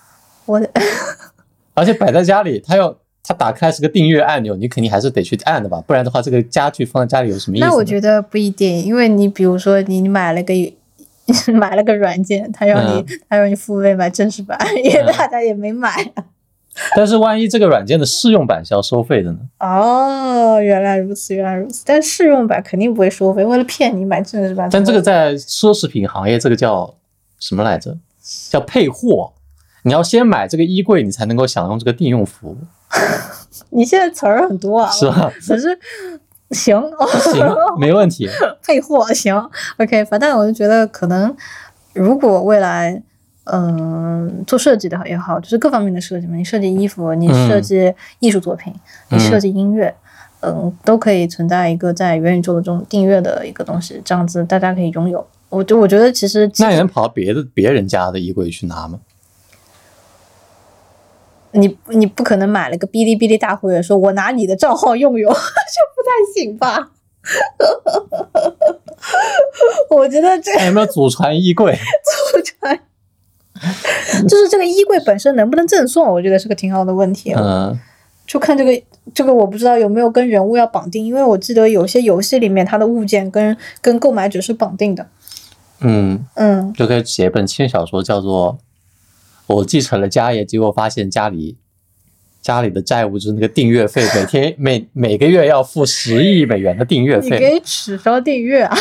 S2: 而且摆在家里，它打开是个订阅按钮，你肯定还是得去按的吧，不然的话，这个家具放在家里有什么意思呢？
S1: 那我觉得不一定，因为你比如说你买了个软件，他让你付费买正式版，因为大家也没买。
S2: 但是万一这个软件的试用版是要收费的呢？
S1: 原来如此。但试用版肯定不会收费，为了骗你买正式版。
S2: 但这个在奢侈品行业，这个叫什么来着？叫配货。你要先买这个衣柜，你才能够享用这个订用服务。
S1: 你现在词儿很多啊，
S2: 是吧？
S1: 可是行，
S2: 没问题。
S1: 配货行 ，OK。反正我就觉得，可能如果未来，做设计的也好，就是各方面的设计嘛，你设计衣服，你设计艺术作品，你设计音乐，都可以存在一个在元宇宙的这种订阅的一个东西，这样子大家可以拥有。我觉得其实
S2: 那你能跑到别人家的衣柜去拿吗？
S1: 你不可能买了个哔哩哔哩大会员，说我拿你的账号用，就不太行吧？我觉得
S2: 有没有祖传衣柜？
S1: 祖传，就是这个衣柜本身能不能赠送，我觉得是个挺好的问题。就看这个我不知道有没有跟人物要绑定，因为我记得有些游戏里面它的物件跟购买者是绑定的。
S2: 就可以写一本轻小说，叫做我继承了家业，结果发现家里的债务就是那个订阅费，每个月要付10亿美元的订阅费。
S1: 你可以取消订阅啊！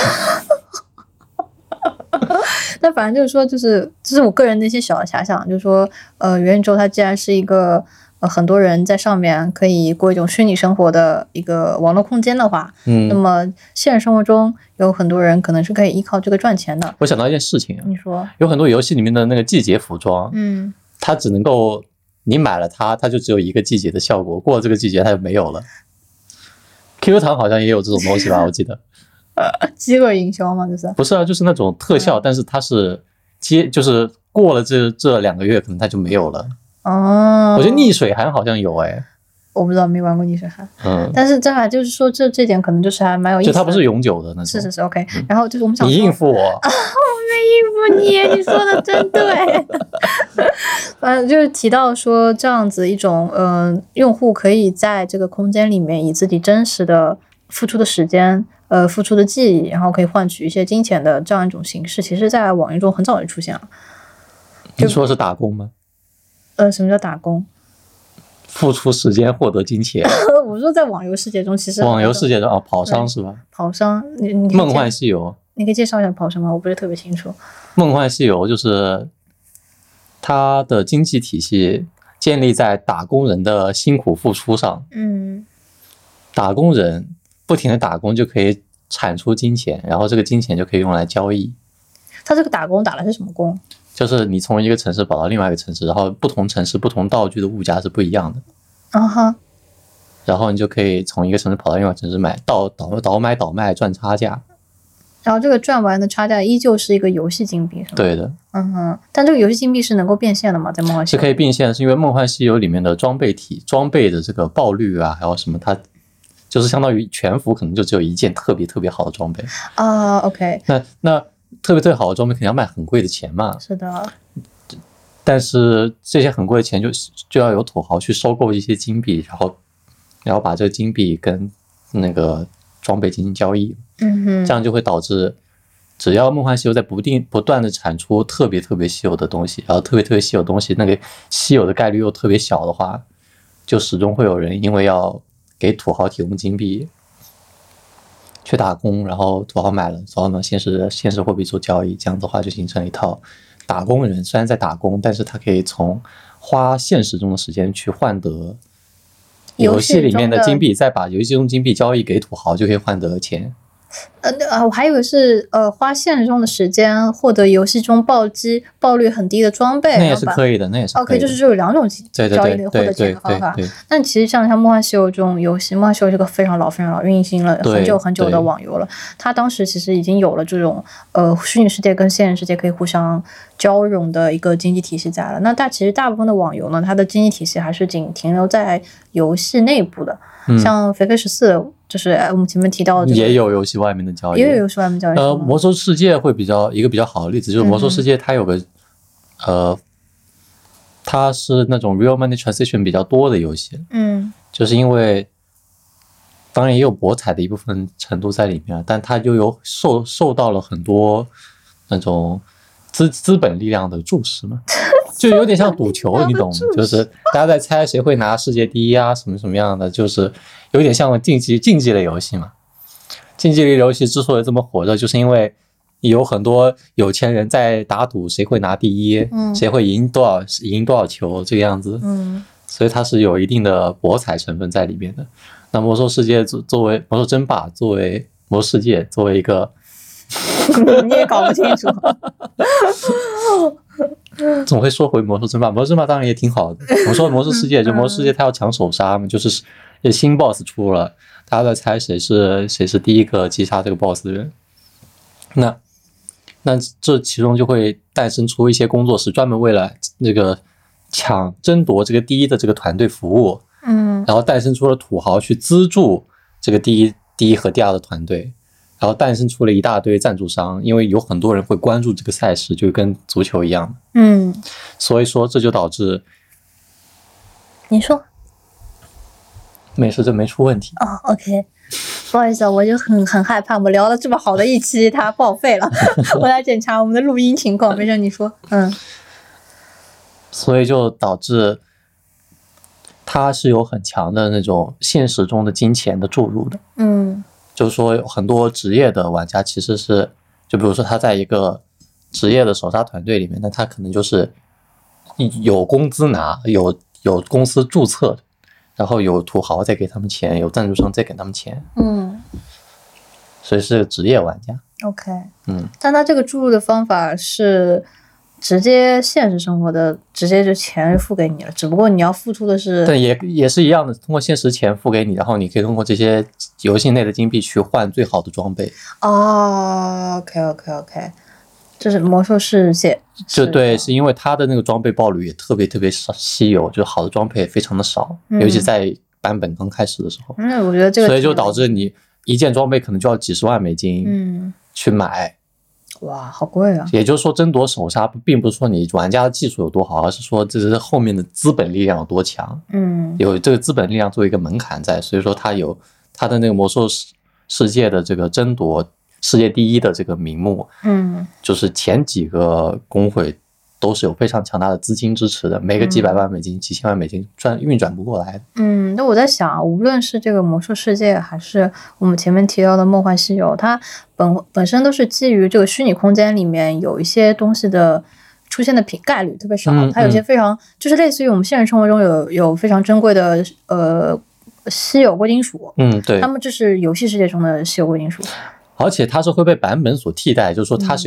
S1: 那反正就是说，这是我个人的一些小的遐想，就是说，元宇宙它既然是一个很多人在上面可以过一种虚拟生活的一个网络空间的话，那么现实生活中有很多人可能是可以依靠这个赚钱的。
S2: 我想到一件事情，
S1: 你说，
S2: 有很多游戏里面的那个季节服装，它只能够你买了它就只有一个季节的效果，过了这个季节它就没有了。QQ 糖好像也有这种东西吧，我记得。
S1: 饥饿营销吗？不
S2: 是啊，就是那种特效，但是它是就是过了这2个月，可能它就没有了。我觉得逆水寒好像有
S1: 我不知道，没玩过逆水寒。但是就是说这点可能就是还蛮有意思的，
S2: 就它不是永久的那种。
S1: 是 OK。然后就是我们想说，
S2: 你应付我
S1: 我没应付你，你说的真对。反正就是提到说这样子一种用户可以在这个空间里面以自己真实的付出的时间付出的记忆，然后可以换取一些金钱的这样一种形式，其实在网易中很早就出现了。
S2: 你说是打工吗？
S1: 什么叫打工？
S2: 付出时间获得金钱。
S1: 我说在网游世界中，其实
S2: 网游世界中跑商是吧？
S1: 跑商，
S2: 梦幻西游，
S1: 你可以介绍一下跑商吗？我不是特别清楚。
S2: 梦幻西游就是它的经济体系建立在打工人的辛苦付出上。打工人不停的打工就可以产出金钱，然后这个金钱就可以用来交易。
S1: 他这个打工打的是什么工？
S2: 就是你从一个城市跑到另外一个城市，然后不同城市不同道具的物价是不一样的。然后你就可以从一个城市跑到另外一个城市买倒买倒卖赚差价。
S1: 然后这个赚完的差价依旧是一个游戏金币，是吗？
S2: 对的。
S1: 但这个游戏金币是能够变现的吗？在梦幻西游
S2: 是可以变现的，是因为梦幻西游里面的装备的这个爆率啊，还有什么，它就是相当于全服可能就只有一件特别特别好的装备
S1: 啊。OK，
S2: 那特别特别好的装备肯定要卖很贵的钱嘛。
S1: 是的。
S2: 但是这些很贵的钱就要有土豪去收购一些金币，然后把这个金币跟那个装备进行交易。这样就会导致，只要梦幻西游在不断的产出特别特别稀有的东西，然后特别特别稀有的东西，那个稀有的概率又特别小的话，就始终会有人因为要给土豪提供金币去打工，然后土豪买了，然后呢现实货币做交易，这样的话就形成了一套打工人虽然在打工，但是他可以从花现实中的时间去换得游戏里面的金币，再把游戏中金币交易给土豪，就可以换得钱。
S1: 我还以为是花现实中的时间获得游戏中爆率很低的装备，
S2: 那也是可以的，那也是可以的。
S1: OK， 就是有两种交易获得钱的方法。但其实像梦幻西游这种游戏，梦幻西游是个非常老运行了很久很久的网游了。它当时其实已经有了这种虚拟世界跟现实世界可以互相交融的一个经济体系在了。那其实大部分的网游呢，它的经济体系还是仅停留在游戏内部的。像肥肥14就是我们前面提到的，
S2: 也有游戏外面的交易，
S1: 也有游戏外面交易。
S2: 魔兽世界会一个比较好的例子，就是魔兽世界它有个它是那种 real money transaction 比较多的游戏。就是因为当然也有博彩的一部分程度在里面，但它就有受到了很多那种资本力量的注视嘛。就有点像赌球，你懂吗？就是大家在猜谁会拿世界第一啊，什么什么样的，就是有点像竞技类游戏嘛。竞技类游戏之所以这么火热，就是因为有很多有钱人在打赌谁会拿第一，谁会赢多少球这个样子。所以它是有一定的博彩成分在里面的。那魔兽世界作为魔兽争霸，作为魔兽世界，作为一个
S1: 你也搞不清楚。
S2: 总会说回魔兽争霸，魔兽争霸当然也挺好的。我说魔兽世界，就魔兽世界它要抢首杀嘛，就是新 boss 出了，大家在猜谁是第一个击杀这个 boss 的人。那这其中就会诞生出一些工作室，专门为了这个争夺这个第一的这个团队服务。然后诞生出了土豪去资助这个第一和第二的团队。然后诞生出了一大堆赞助商，因为有很多人会关注这个赛事，就跟足球一样。所以说这就导致，
S1: 你说，
S2: 没事，这没出问题。
S1: OK， 不好意思，我就很害怕，我们聊了这么好的一期，它报废了。我来检查我们的录音情况，没事，你说。
S2: 所以就导致它是有很强的那种现实中的金钱的注入的。就是说很多职业的玩家其实是，就比如说他在一个职业的首杀团队里面，那他可能就是有工资拿，有公司注册，然后有土豪再给他们钱，有赞助商再给他们钱。所以是职业玩家。
S1: OK， 但他这个注入的方法是直接现实生活的，直接就钱付给你了，只不过你要付出的是，
S2: 但也是一样的，通过现实钱付给你，然后你可以通过这些游戏内的金币去换最好的装备。
S1: OK， 这是魔兽世界。
S2: 就对，是因为它的那个装备爆率也特别特别稀有，就好的装备也非常的少，尤其在版本刚开始的时候。
S1: 我觉得这个，
S2: 所以就导致你一件装备可能就要几十万美金去买。
S1: 哇，好贵啊！
S2: 也就是说，争夺首杀并不是说你玩家的技术有多好，而是说这是后面的资本力量有多强。有这个资本力量作为一个门槛在，所以说它有它的那个魔兽世界的这个争夺世界第一的这个名目。就是前几个工会都是有非常强大的资金支持的，每个几百万美金、几千万美金运转不过来的。
S1: 那我在想，无论是这个魔兽世界，还是我们前面提到的梦幻西游，它本身都是基于这个虚拟空间里面有一些东西的出现的概率特别少，它有些非常就是类似于我们现实生活中有非常珍贵的稀有贵金属。
S2: 对，
S1: 它们这是游戏世界中的稀有贵金属，
S2: 而且它是会被版本所替代，就是说它是有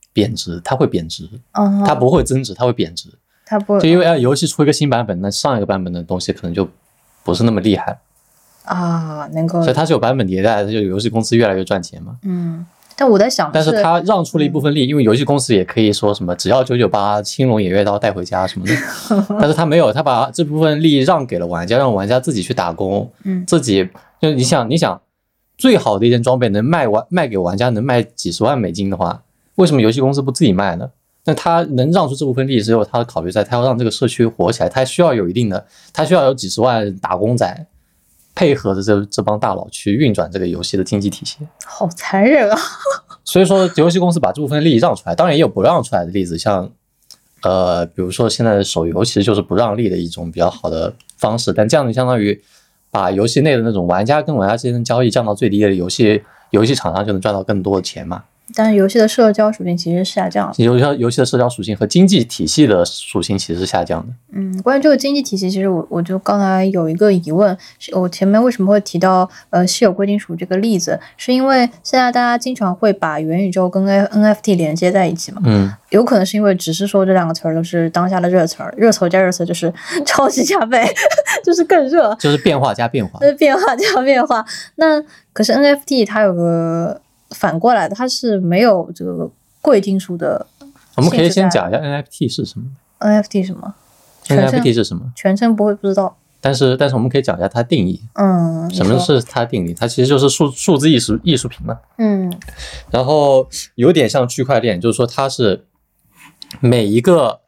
S2: 贬值，它会贬值，它不会增值，它会贬值。
S1: 它不会，
S2: 就因为游戏出一个新版本，那上一个版本的东西可能就不是那么厉害
S1: 啊，能够，
S2: 所以它是有版本迭代的，就游戏公司越来越赚钱嘛。
S1: 但我在想，
S2: 但是它让出了一部分利，因为游戏公司也可以说什么只要998青龙偃月刀带回家什么的，但是它没有，它把这部分利让给了玩家，让玩家自己去打工，自己就你想最好的一件装备能卖给玩家能卖几十万美金的话，为什么游戏公司不自己卖呢？那他能让出这部分利，只有他的考虑在，他要让这个社区活起来，他需要有一定的，他需要有几十万打工仔配合着这帮大佬去运转这个游戏的经济体系。
S1: 好残忍啊！
S2: 所以说游戏公司把这部分利益让出来，当然也有不让出来的例子，像比如说现在的手游其实就是不让利的一种比较好的方式，但这样就相当于把游戏内的那种玩家跟玩家之间的交易降到最低的游戏厂商就能赚到更多的钱嘛。
S1: 但是游戏的社交属性其实是下降的，
S2: 游戏的社交属性和经济体系的属性其实是下降的。
S1: 关于这个经济体系，其实我就刚才有一个疑问，我前面为什么会提到稀有贵金属这个例子，是因为现在大家经常会把元宇宙跟 NFT 连接在一起嘛，有可能是因为只是说这两个词儿都是当下的热词儿，热词加热词就是超级加倍，就是更热，
S2: 就是变化加变化，
S1: 就是变化加变化。那可是 NFT 它有个反过来的，它是没有这个贵金属的。
S2: 我们可以先讲一下 NFT 是什么。
S1: NFT 什么
S2: ？NFT 是什么？
S1: 全称不知道。
S2: 但是我们可以讲一下它定义。什么是它定义？它其实就是数字艺术品嘛。然后有点像区块链，就是说它是每一个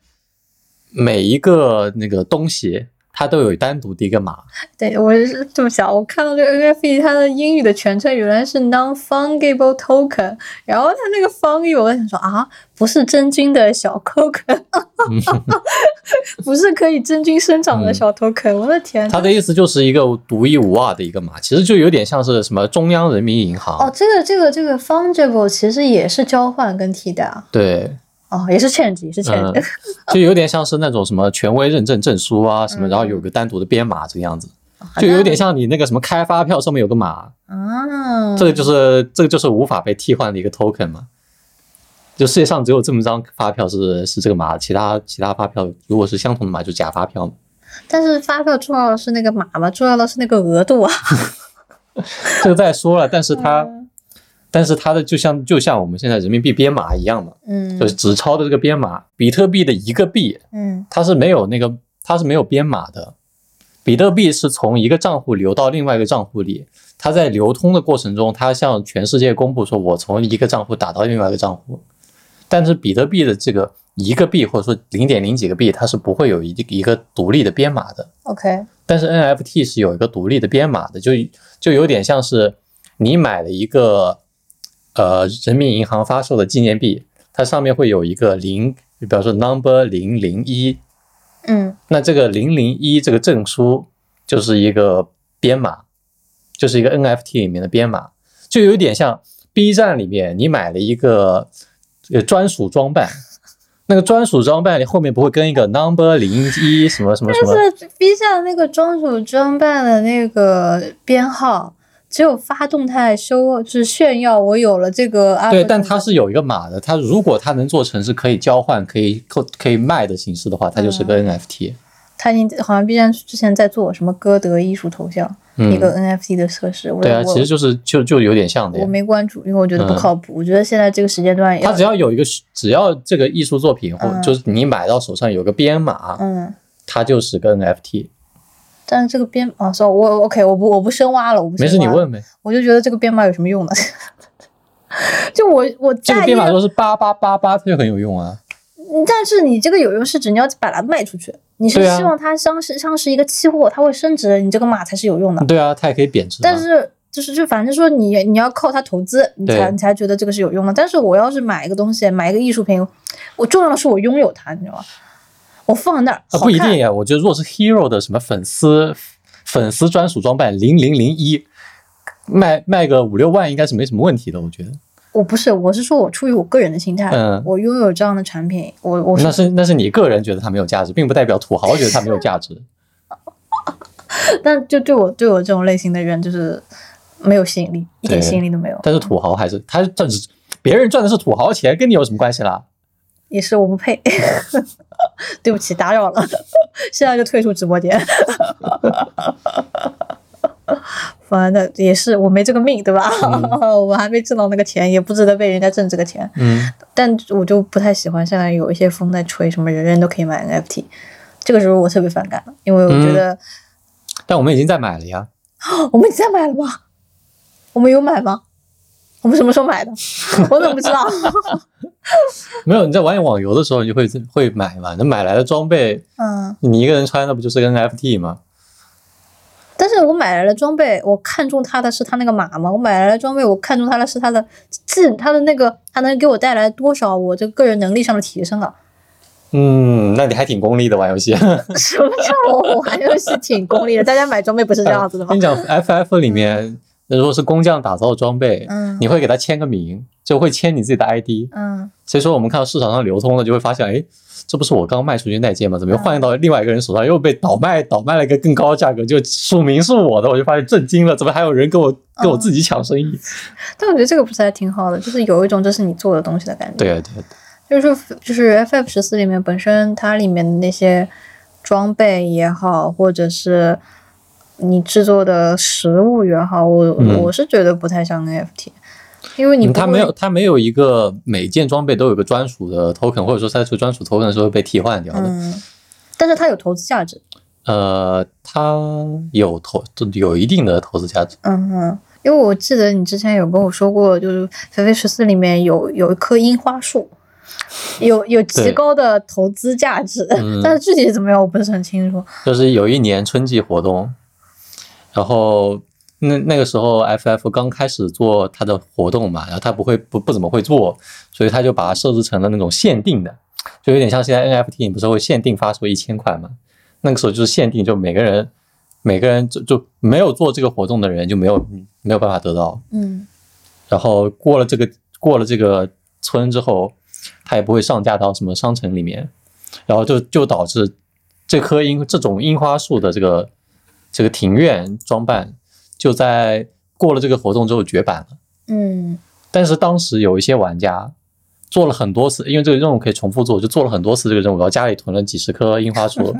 S2: 那个东西。它都有单独的一个码。
S1: 对，我是这么想。我看到这个 NFT 它的英语的全称原来是 non-fungible token， 然后它那个 fungible 我在想说啊，不是真菌的小 token， 不是可以真菌生长的小 token，我的天！
S2: 它的意思就是一个独一无二的一个码，其实就有点像是什么中央人民银行。
S1: 哦，这个 fungible 其实也是交换跟替代啊。
S2: 对。
S1: 也是 change， 也是 change，
S2: 就有点像是那种什么权威认证证书啊什么，然后有个单独的编码这个样子，就有点像你那个什么开发票上面有个码这个就是无法被替换的一个 token 嘛。就世界上只有这么张发票是这个码，其他发票如果是相同的码就假发票嘛。
S1: 但是发票重要的是那个码嘛，重要的是那个额度啊。
S2: 这个再说了，但是它的就像我们现在人民币编码一样嘛，就是纸钞的这个编码，比特币的一个币，它是没有编码的。比特币是从一个账户流到另外一个账户里，它在流通的过程中，它向全世界公布说我从一个账户打到另外一个账户。但是比特币的这个一个币或者说 0.0 几个币，它是不会有一个独立的编码的。
S1: OK。
S2: 但是 NFT 是有一个独立的编码的，就有点像是你买了一个人民银行发售的纪念币，它上面会有一个0，比方说 number 001，那这个001这个证书就是一个编码，就是一个 NFT 里面的编码，就有点像 B 站里面你买了一个专属装扮，那个专属装扮你后面不会跟一个 number 01什么什么什么，
S1: 但是 B 站那个专属装扮的那个编号只有发动态就是炫耀我有了这个。
S2: 对，但它是有一个码的，它如果它能做成是可以交换可以卖的形式的话，它就是个 NFT。它
S1: 已经好像 B 站之前在做什么歌德艺术头像，一个 NFT 的测试。
S2: 对啊，其实就有点像的。
S1: 我没关注，因为我觉得不靠谱。我觉得现在这个时间段，
S2: 它只要这个艺术作品或就是你买到手上有个编码，它就是个 NFT。
S1: 但是这个编码我不深挖了，
S2: 没事，你问呗。
S1: 我就觉得这个编码有什么用呢？就我
S2: 这个编码说是8888，它就很有用啊。
S1: 但是你这个有用是指你要把它卖出去，你是希望它像是一个期货，它会升值，你这个码才是有用的。
S2: 对啊，它也可以贬值。
S1: 但是就反正说你要靠它投资，你才觉得这个是有用的。但是我要是买一个东西，买一个艺术品，我重要的是我拥有它，你知道吗？我放在那儿，
S2: 不一定呀。我觉得如果是 Hero 的什么粉丝专属装扮0001，卖个5-6万应该是没什么问题的，我觉得。
S1: 我是说我出于我个人的心态，我拥有这样的产品，
S2: 那是你个人觉得它没有价值，并不代表土豪觉得它没有价值。
S1: 但就对我这种类型的人，就是没有吸引力，一点吸引力都没有。
S2: 但是土豪还是别人赚的是土豪钱，跟你有什么关系啦？
S1: 也是我不配，对不起，打扰了，现在就退出直播间。反正也是我没这个命，对吧？我还没挣到那个钱，也不值得被人家挣这个钱。但我就不太喜欢现在有一些风在吹什么人人都可以买 NFT， 这个时候我特别反感了，因为我觉得。
S2: 但我们已经在买了呀。
S1: 我们已经在买了吗？我们有买吗？我们什么时候买的？我怎么不知道？
S2: 没有，你在玩网游的时候，你就会买嘛。那买来的装备，你一个人穿，那不就是个 NFT 吗？
S1: 但是我买来的装备，我看中它的是它那个码吗？我买来的装备，我看中它的是它的那个，它能给我带来多少我这个个人能力上的提升啊？
S2: 那你还挺功利的玩游戏。
S1: 什么叫我玩游戏挺功利的？大家买装备不是这样子的吗？
S2: 跟你讲 ，FF 里面。如果是工匠打造装备，你会给他签个名，就会签你自己的 ID。所以说我们看到市场上流通的，就会发现，哎，这不是我刚卖出去那件吗？怎么又换到另外一个人手上，又被倒卖了一个更高的价格，就署名是我的，我就发现震惊了，怎么还有人跟我自己抢生意？
S1: 但我觉得这个不是还挺好的，就是有一种这是你做的东西的感觉。
S2: 对。
S1: 就是 FF14 里面本身它里面的那些装备也好，或者是你制作的实物也好，我是觉得不太像 NFT， 因为你
S2: 它没有一个每件装备都有个专属的 token， 或者说它这个专属 token 是会被替换掉的。
S1: 但是它有投资价值。
S2: 它有一定的投资价值。
S1: 因为我记得你之前有跟我说过，就是 FF14 里面有一棵樱花树。有极高的投资价值，但是具体怎么样我不是很清楚。
S2: 就是有一年春季活动。然后那个时候 FF 刚开始做它的活动嘛，然后它不怎么会做，所以他就把它设置成了那种限定的，就有点像现在 NFT 你不是会限定发售1000块嘛？那个时候就是限定，就每个人就没有做这个活动的人就没有办法得到。然后过了这个村之后，它也不会上架到什么商城里面，然后就导致这种樱花树的这个庭院装扮就在过了这个活动之后绝版了。但是当时有一些玩家做了很多次，因为这个任务可以重复做，就做了很多次这个任务，然后家里囤了几十棵樱花树，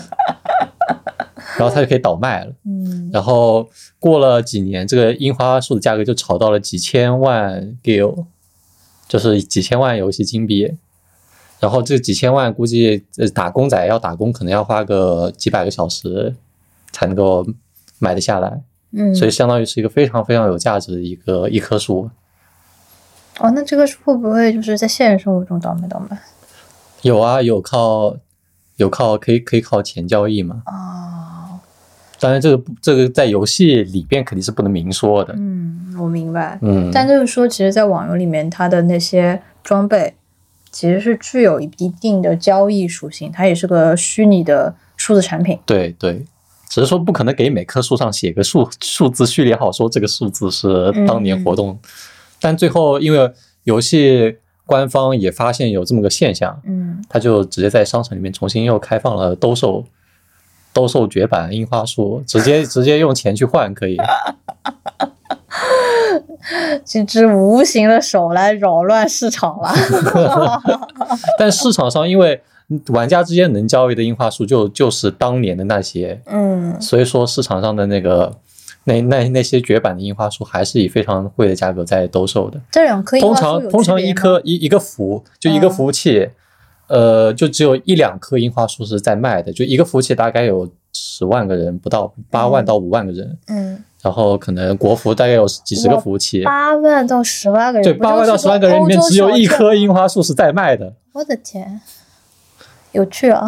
S2: 然后他就可以倒卖了。然后过了几年，这个樱花树的价格就炒到了几千万 gil， 就是几千万游戏金币。然后这几千万估计打工仔要打工可能要花个几百个小时才能够买得下来。所以相当于是一个非常非常有价值的一棵树。
S1: 那这个会不会就是在现实生活中倒卖？
S2: 有啊，有靠可以靠钱交易嘛。当然这个在游戏里边肯定是不能明说的。
S1: 我明白。但就是说其实在网游里面它的那些装备其实是具有一定的交易属性，它也是个虚拟的数字产品。
S2: 对，只是说不可能给每棵树上写个数字序列号，说这个数字是当年活动。但最后因为游戏官方也发现有这么个现象，他就直接在商城里面重新又开放了兜售绝版樱花树，直接用钱去换可以。
S1: 这只无形的手来扰乱市场了。
S2: 但市场上因为玩家之间能交易的樱花树就是当年的那些，所以说市场上的那些绝版的樱花树还是以非常贵的价格在兜售的。
S1: 这两棵樱花树有区别吗？
S2: 通常一个服务器，就只有1-2棵樱花树是在卖的，就一个服务器大概有10万个人，不到8万到5万个人。然后可能国服大概有几十个服务器
S1: ，8万到10万个人，
S2: 对，8万到10万个人里面只有一棵樱花树是在卖的。
S1: 我的天，有趣啊！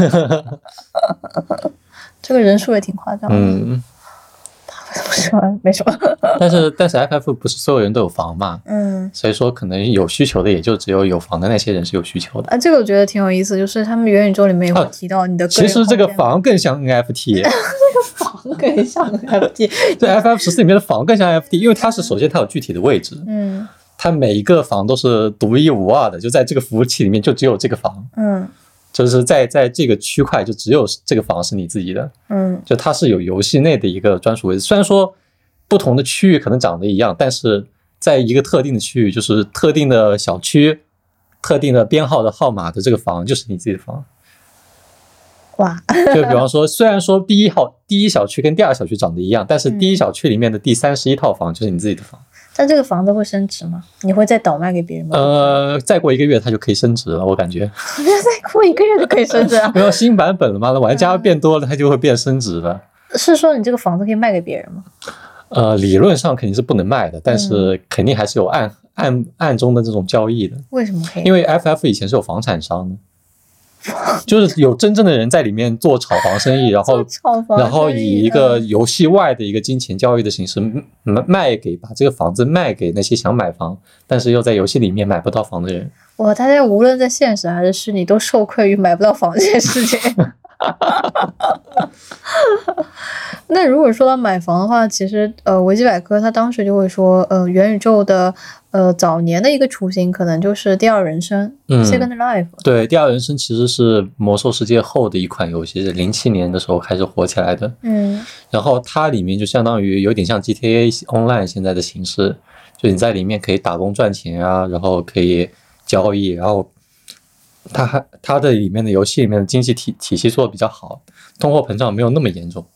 S1: 这个人数也挺夸张的。没什么。
S2: 但是 FF 不是所有人都有房嘛，所以说可能有需求的也就只有有房的那些人是有需求的。
S1: 这个我觉得挺有意思，就是他们元宇宙里面也会提到你的个人空间。
S2: 其实这个房更像 NFT。
S1: 房更像 NFT。
S2: 对 FF14 里面的房更像 NFT， 因为它首先它有具体的位置，它每一个房都是独一无二的，就在这个服务器里面就只有这个房，就是在这个区块就只有这个房是你自己的，就它是有游戏内的一个专属位置。虽然说不同的区域可能长得一样，但是在一个特定的区域，就是特定的小区、特定的编号的号码的这个房就是你自己的房。
S1: 哇！
S2: 就比方说，虽然说第一小区跟第二小区长得一样，但是第一小区里面的第31套房就是你自己的房。
S1: 但这个房子会升值吗？你会再倒卖给别人吗？
S2: 再过1个月它就可以升值了，我感觉。
S1: 再过1个月就可以升值了？
S2: 没有新版本了嘛，玩家变多了，它就会变升值了。
S1: 是说你这个房子可以卖给别人吗？
S2: 理论上肯定是不能卖的，但是肯定还是有暗中的这种交易的。
S1: 为什么可以？
S2: 因为 FF 以前是有房产商的。就是有真正的人在里面做炒房生意，然后以一个游戏外的一个金钱交易的形式把这个房子卖给那些想买房但是又在游戏里面买不到房的人。
S1: 哇，大家无论在现实还是虚拟都受困于买不到房这件事情。那如果说到买房的话，其实维基百科它当时就会说，元宇宙的早年的一个雏形可能就是第二人生，Second Life。对，
S2: 第二人生其实是魔兽世界后的一款游戏，是07年的时候开始火起来的。然后它里面就相当于有点像 GTA Online 现在的形式，就你在里面可以打工赚钱啊，然后可以交易，然后它的里面的游戏里面的经济体系做得比较好，通货膨胀没有那么严重。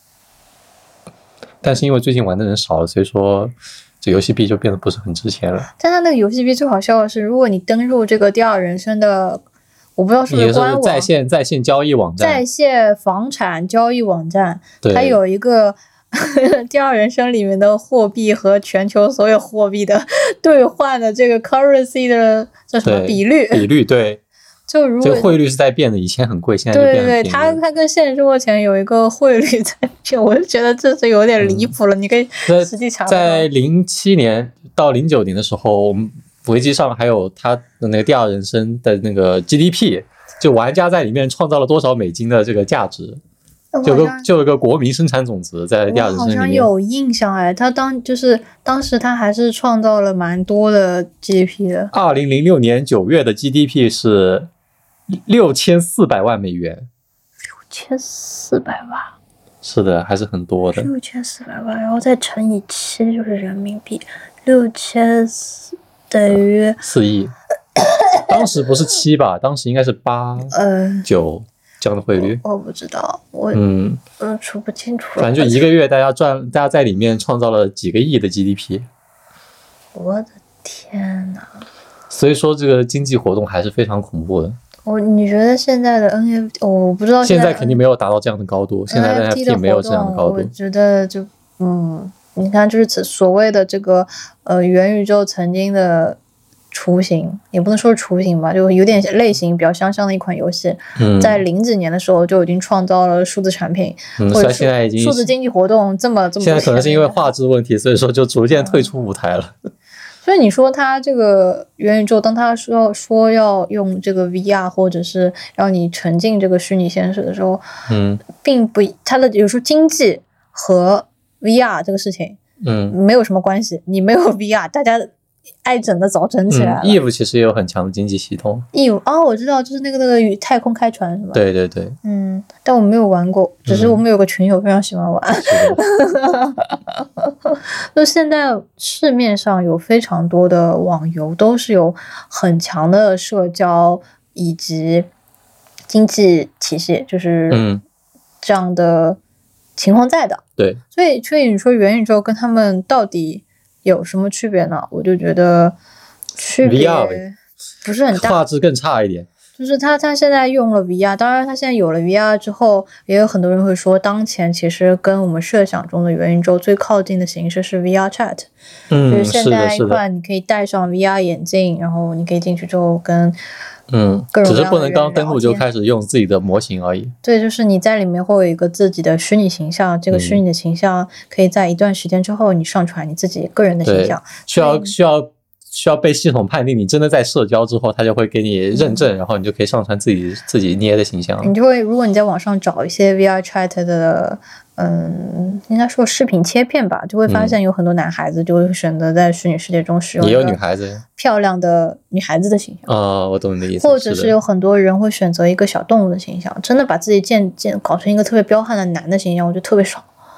S2: 但是因为最近玩的人少了，所以说这游戏币就变得不是很值钱了。
S1: 但它那个游戏币最好笑的是，如果你登入这个第二人生的，我不知道是不是官网，
S2: 在线交易网站，
S1: 在线房产交易网站，它有一个第二人生里面的货币和全球所有货币的兑换的这个 currency 的叫什么比率？对。就如果
S2: 这个汇率是在变的，以前很贵，现在就变得便宜。
S1: 对，它跟现实生活前有一个汇率在变，我就觉得这是有点离谱了。你可以实际查。
S2: 在07年到09年的时候，维基上还有它的那个第二人生的那个 GDP， 就玩家在里面创造了多少美金的这个价值，就有个国民生产总值在第二人生里面。
S1: 我好像有印象哎，他当时他还是创造了蛮多的 GDP 的。
S2: 2006年9月的 GDP 是6400万美元。
S1: 6400万。
S2: 是的，还是很多的。
S1: 6400万，然后再乘以7就是人民币，6400等于
S2: 4亿。当时不是7吧？当时应该是8、9这样的汇率。
S1: 我不知道，我数不清楚了。
S2: 反正就1个月，大家在里面创造了几个亿的 GDP。
S1: 我的天哪！
S2: 所以说这个经济活动还是非常恐怖的。
S1: 你觉得现在的 NFT， 我不知道
S2: 现在肯定没有达到这样的高度，现在的 NFT 没有这样的高度。
S1: 我觉得就你看，就是所谓的这个元宇宙曾经的雏形，也不能说是雏形吧，就有点类型比较相像的一款游戏，在00几年的时候就已经创造了数字产品，或者
S2: 现在已经
S1: 数字经济活动这么。
S2: 现在可能是因为画质问题，所以说就逐渐退出舞台了。
S1: 所以你说它这个元宇宙，当他说要用这个 VR 或者是让你沉浸这个虚拟现实的时候，并不，它的有时候经济和 VR 这个事情，没有什么关系。你没有 VR， 大家爱整的早整起来了。
S2: Eve 其实也有很强的经济系统。
S1: Eve 我知道，就是那个与太空开船是吧？
S2: 对对对。
S1: 但我没有玩过，只是我们有个群友非常喜欢玩。就现在市面上有非常多的网游，都是有很强的社交以及经济体系，就是这样的情况在的。
S2: 对，
S1: 所以你说元宇宙跟他们到底有什么区别呢？我就觉得区别不是很大，
S2: 画质更差一点。
S1: 就是他现在用了 VR， 当然他现在有了 VR 之后，也有很多人会说，当前其实跟我们设想中的元宇宙最靠近的形式是 VR Chat，就是现在一块你可以戴上 VR 眼镜，然后你可以进去之后跟各种各样的人聊天，
S2: 只是不能刚登录就开始用自己的模型而已。
S1: 对，就是你在里面会有一个自己的虚拟形象，这个虚拟的形象可以在一段时间之后你上传你自己个人的形象，
S2: 需要被系统判定你真的在社交之后，它就会给你认证，然后你就可以上传自己捏的形象。
S1: 你就会，如果你在网上找一些 VR Chat 的应该说视频切片吧，就会发现有很多男孩子就会选择在虚拟世界中使用，
S2: 也有女孩子
S1: 漂亮的女孩子的形象。
S2: 我懂你的意思。
S1: 或者是有很多人会选择一个小动物的形象，真的把自己搞成一个特别彪悍的男的形象，我觉得特别少。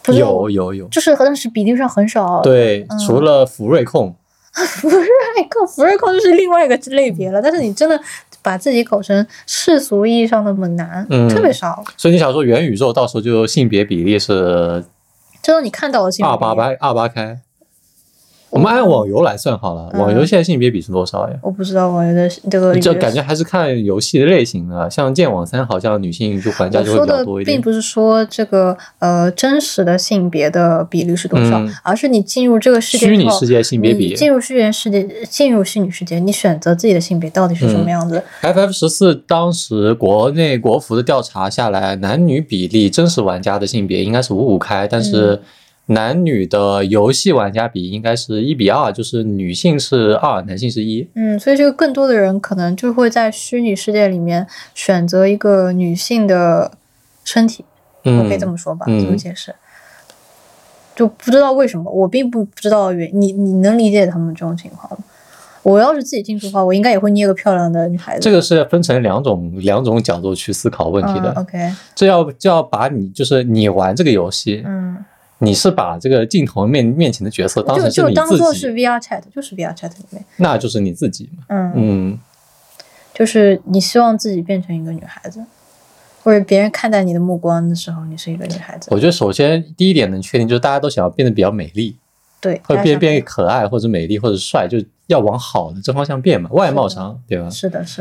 S2: 有，
S1: 就是但是比例上很少。
S2: 对，除了福瑞控。
S1: 福瑞控就是另外一个类别了，但是你真的把自己搞成世俗意义上的猛男，特别少。
S2: 所以你想说元宇宙到时候就性别比例是，
S1: 这种你看到的性别比例
S2: 288开。我们按网游来算好了，网游现在性别比是多少呀？
S1: 我不知道网游的这个，
S2: 这感觉还是看游戏的类型的。像剑网3好像女性就玩家就会比较多一点。
S1: 并不是说这个真实的性别的比例是多少，而是你进入这个世界
S2: 虚拟世界性别比，
S1: 进入虚拟世界，你选择自己的性别到底是什么样子
S2: ？FF14当时国内国服的调查下来，男女比例真实玩家的性别应该是5-5开，但是男女的游戏玩家比应该是1:2，就是女性是2，男性是1。
S1: 所以就更多的人可能就会在虚拟世界里面选择一个女性的身体，我可以这么说吧，这么解释。就不知道为什么，我并不知道你能理解他们这种情况吗？我要是自己进去的话，我应该也会捏个漂亮的女孩子。
S2: 这个是分成两种角度去思考问题的。
S1: OK，
S2: 这要把你就是你玩这个游戏，你是把这个镜头面前的角色当成是你自己，
S1: 就当做是 VR chat， 就是 VR chat 里面，
S2: 那就是你自己嘛。
S1: 就是你希望自己变成一个女孩子，或者别人看待你的目光的时候，你是一个女孩子。
S2: 我觉得首先第一点能确定就是大家都想要变得比较美丽，
S1: 对，
S2: 会变可爱或者美丽或者帅，就要往好的这方向变嘛，外貌上，对吧？
S1: 是的。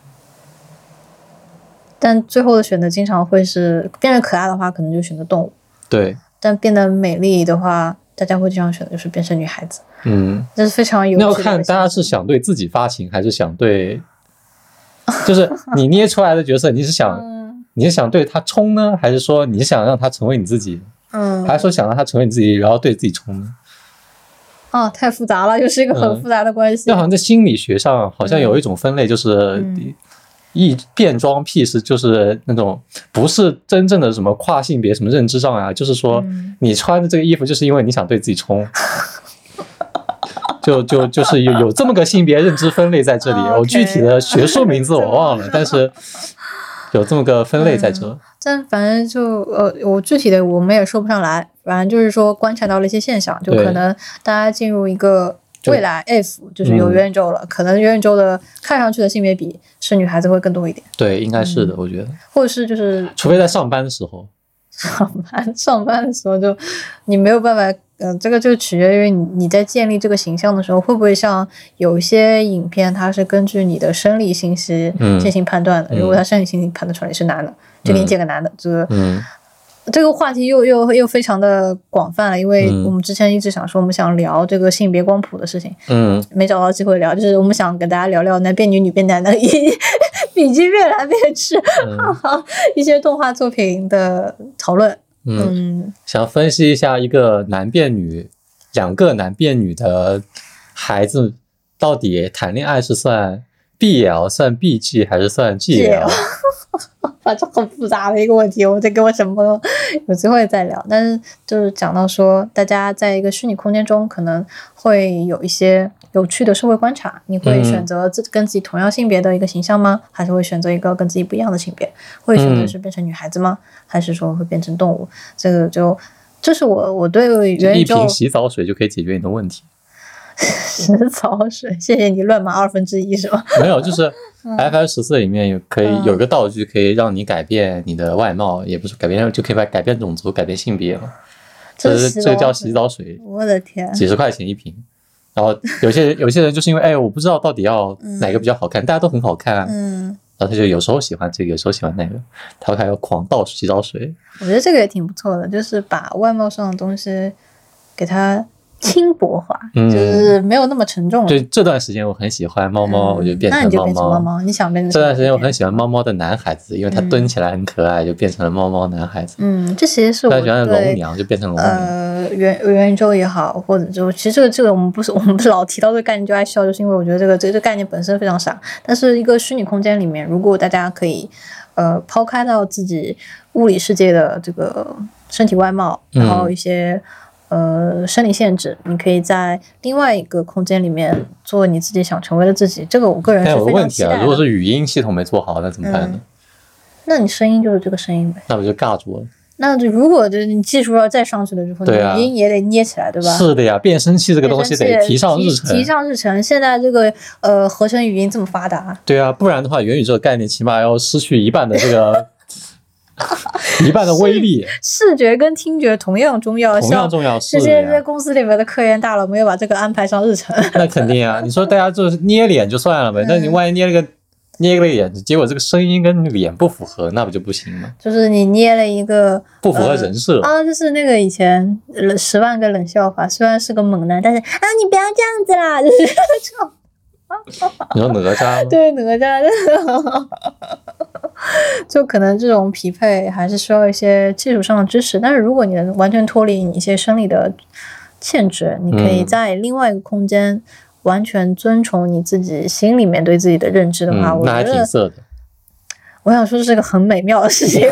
S1: 但最后的选择经常会是变得可爱的话，可能就选择动物。
S2: 对。
S1: 但变得美丽的话，大家会经常选择就是变成女孩子。这是非常有趣的。
S2: 那要看大家是想对自己发情，还是想对，就是你捏出来的角色，你是想对他冲呢，还是说你想让他成为你自己？还是说想让他成为你自己，然后对自己冲呢？
S1: 太复杂了，又是一个很复杂的关系。
S2: 那好像在心理学上，好像有一种分类，就是变装癖是就是那种不是真正的什么跨性别什么认知障碍，就是说你穿的这个衣服就是因为你想对自己冲，就是有这么个性别认知分类在这里。我具体的学术名字我忘了，但是有这么个分类在这。
S1: 但反正就我具体的我们也说不上来，反正就是说观察到了一些现象，就可能大家进入一个未来 F 就是有元宇宙了，可能元宇宙的看上去的性别比是女孩子会更多一点。
S2: 对，应该是的，我觉得。
S1: 或者是就是
S2: 除非在上班的时候。
S1: 上班的时候就你没有办法，这个就取决于你在建立这个形象的时候，会不会像有一些影片它是根据你的生理信息进行判断的。如果它生理信息判断出来你是男的，就给你建个男的。这个话题又非常的广泛了，因为我们之前一直想说我们想聊这个性别光谱的事情，没找到机会聊，就是我们想跟大家聊聊男变女女变男的以及越来越是一些动画作品的讨论。
S2: 想分析一下一个男变女2个男变女的孩子到底谈恋爱是算 BL 算 BG 还是算 GL。
S1: 反正很复杂的一个问题，我再给我什么有机会再聊。但是就是讲到说大家在一个虚拟空间中可能会有一些有趣的社会观察，你会选择跟自己同样性别的一个形象吗？还是会选择一个跟自己不一样的性别？会选择是变成女孩子吗？还是说会变成动物？这是我对元宇宙。
S2: 一瓶洗澡水就可以解决你的问题。
S1: 洗澡水，谢谢你乱码1/2是吗？
S2: 没有，就是 FF14 里面可以有一个道具可以让你改变你的外貌，也不是改变，就可以改变种族、改变性别嘛。这个叫洗澡水，
S1: 我的天，
S2: 几十块钱一瓶。然后有些人就是因为我不知道到底要哪个比较好看，大家都很好看啊。然后他就有时候喜欢这个，有时候喜欢那个，他还要狂倒洗澡水。
S1: 我觉得这个也挺不错的，就是把外貌上的东西给它轻薄化，就是没有那么沉重了。
S2: 就这段时间我很喜欢猫猫，我就变成猫猫。
S1: 那你就变成猫猫，你想变成
S2: 这段时间我很喜欢猫猫的男孩子，因为他蹲起来很可爱，就变成了猫猫男孩子。
S1: 这其实是我
S2: 喜欢龙娘，就变成龙娘。
S1: 元宇宙也好，或者就其实这个我们不是老提到这个概念就爱笑，就是因为我觉得这个概念本身非常傻。但是一个虚拟空间里面，如果大家可以抛开到自己物理世界的这个身体外貌，然后一些生理限制，你可以在另外一个空间里面做你自己想成为的自己。这个我个人是非常期待的。
S2: 如果是语音系统没做好，那怎么办呢？
S1: 那你声音就是这个声音呗。
S2: 那不就尬住了？
S1: 那如果就是你技术要再上去了之后，语音也得捏起来，对吧？
S2: 是的呀，变声器这个东西得提上日程。
S1: 提上日程，现在这个合成语音这么发达。
S2: 对啊，不然的话，元宇宙概念起码要失去一半的这个一半的威力。
S1: 视觉跟听觉同样重要，
S2: 同样重要。
S1: 这些公司里面的科研大佬没有把这个安排上日程。
S2: 那肯定啊！你说大家就是捏脸就算了呗，那你万一捏个脸，结果这个声音跟脸不符合，那不就不行吗？
S1: 就是你捏了一个
S2: 不符合人设
S1: 就是那个以前10万个冷笑话，虽然是个猛男，但是你不要这样子啦，就是这种。
S2: 你说哪吒吗？
S1: 对，哪吒就可能这种匹配还是需要一些技术上的支持，但是如果你能完全脱离你一些生理的限制，你可以在另外一个空间完全遵从你自己心里面对自己的认知的话，
S2: 那还挺色的。
S1: 我想说这是个很美妙的事情。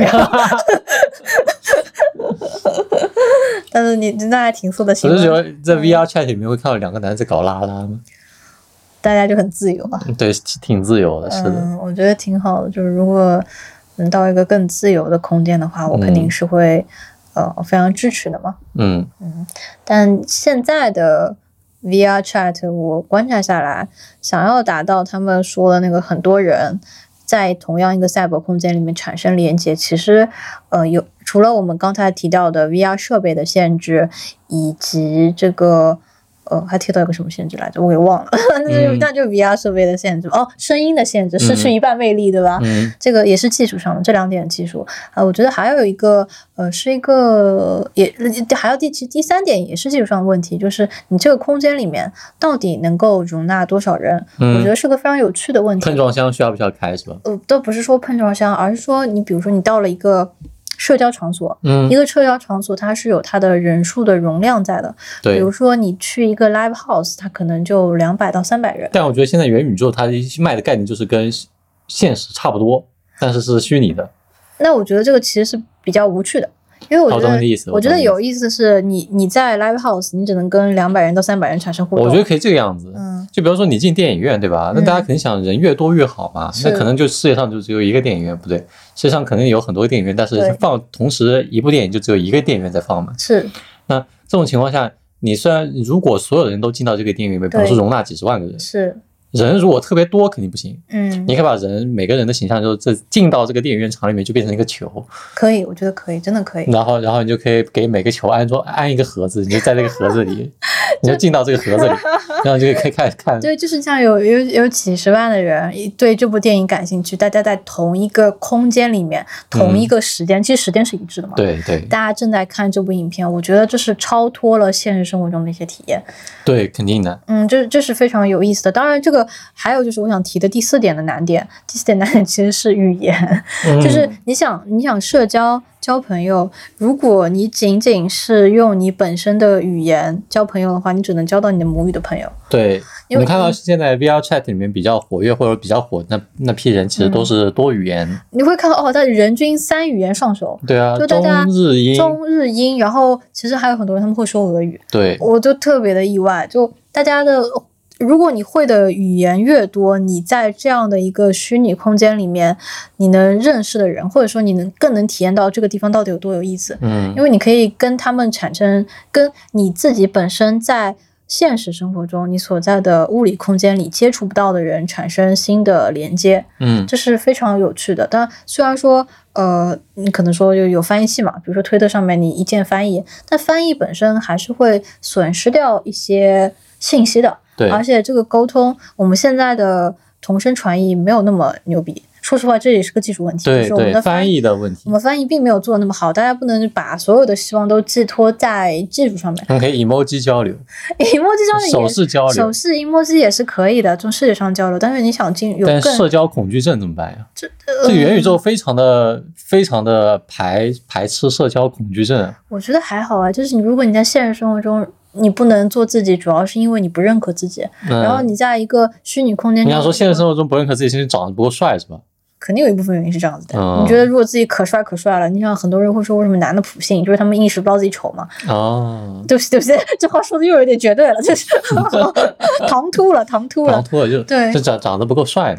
S1: 但是那还挺色的行为。
S2: 我是觉得在 VR chat 里面会看到2个男的在搞拉吗？
S1: 大家就很自由嘛。
S2: 对，挺自由的，是的。
S1: 我觉得挺好的，就是如果能到一个更自由的空间的话，我肯定是会非常支持的嘛。但现在的 VR chat 我观察下来，想要达到他们说的那个很多人在同样一个赛博空间里面产生连接，其实除了我们刚才提到的 VR 设备的限制，以及这个还提到一个什么限制来着，我给忘了。那就 VR 设备的限制声音的限制，失去一半魅力，对吧？这个也是技术上的，这2点技术。我觉得还有一个是一个还有第3点也是技术上的问题，就是你这个空间里面到底能够容纳多少人？我觉得是个非常有趣的问题。
S2: 碰撞箱需要不需要开是吧？
S1: 都不是说碰撞箱，而是说你比如说你到了一个社交场所，一个社交场所它是有它的人数的容量在的。
S2: 对，
S1: 比如说你去一个 live house， 它可能就200到300人。
S2: 但我觉得现在元宇宙它卖的概念就是跟现实差不多，但是是虚拟的。
S1: 那我觉得这个其实是比较无趣的。因为我觉得有意思是你在 live house 你只能跟200人到300人产生互动。
S2: 我觉得可以这个样子，就比如说你进电影院对吧，那大家肯定想人越多越好嘛，那可能就世界上就只有一个电影院，不对，世界上可能有很多电影院，但是同时一部电影就只有一个电影院在放嘛。
S1: 是。
S2: 那这种情况下，你虽然如果所有人都进到这个电影院，比如说容纳几十万个人，
S1: 是。
S2: 人如果特别多肯定不行，你可以把每个人的形象就是进到这个电影院场里面就变成一个球，
S1: 可以，我觉得可以，真的可以。
S2: 然后你就可以给每个球安一个盒子，你就在这个盒子里，你就进到这个盒子里，然后就可以开始看。
S1: 对，就是像有几十万的人对这部电影感兴趣，大家在同一个空间里面，同一个时间，其实时间是一致的嘛。
S2: 对对。
S1: 大家正在看这部影片，我觉得这是超脱了现实生活中的一些体验。
S2: 对，肯定的。
S1: 这是非常有意思的。当然，这个还有就是我想提的第4点的难点，第4点难点其实是语言，就是你想社交交朋友，如果你仅仅是用你本身的语言交朋友的话，你只能交到你的母语的朋友。
S2: 对，我们看到现在 VR chat 里面比较活跃或者比较火那批人，其实都是多语言。
S1: 你会看到他人均3语言上手。
S2: 对啊，
S1: 就大家
S2: 中
S1: 日英，然后其实还有很多人他们会说俄语。
S2: 对，
S1: 我就特别的意外，就大家的。如果你会的语言越多，你在这样的一个虚拟空间里面，你能认识的人，或者说你更能体验到这个地方到底有多有意思。因为你可以跟他们产生跟你自己本身在现实生活中你所在的物理空间里接触不到的人产生新的连接。这是非常有趣的。但虽然说你可能说有翻译器嘛，比如说推特上面你一键翻译，但翻译本身还是会损失掉一些信息的。
S2: 对，
S1: 而且这个沟通，我们现在的同声传译没有那么牛逼。说实话，这也是个技术问题。
S2: 对，
S1: 就是我们的
S2: 翻译的问题。
S1: 我们翻译并没有做得那么好，大家不能把所有的希望都寄托在技术上面。
S2: 可以 emoji 交流
S1: ，emoji 交流，
S2: 手势交流，
S1: 手势 emoji 也是可以的，从视觉上交流。但是你想
S2: 但社交恐惧症怎么办呀？这个元宇宙非常的排斥社交恐惧症。
S1: 我觉得还好啊，就是如果你在现实生活中。你不能做自己，主要是因为你不认可自己。然后你在一个虚拟空间，
S2: 你想说现实生活中不认可自己，是因为长得不够帅是吧？
S1: 肯定有一部分原因是这样子的。你觉得如果自己可帅了，你想很多人会说为什么男的普信，就是他们意识不到自己丑嘛。对不起，这话说的又有点绝对了，就是唐突了，
S2: 就对，就长得不够帅呢。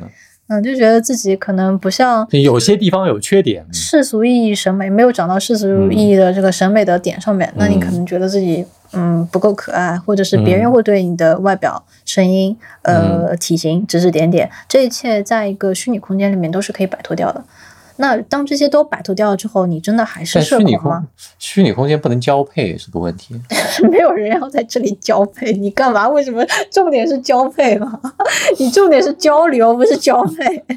S1: 就觉得自己可能不像
S2: 有些地方有缺点，
S1: 世俗意义审美没有长到世俗意义的这个审美的点上面，那你可能觉得自己不够可爱，或者是别人会对你的外表、声音、体型指指点点，这一切在一个虚拟空间里面都是可以摆脱掉的。那当这些都摆脱掉了之后，你真的还是社恐吗？
S2: 虚拟空间不能交配是个问题。
S1: 没有人要在这里交配，你干嘛？为什么重点是交配嘛？你重点是交流，不是交配。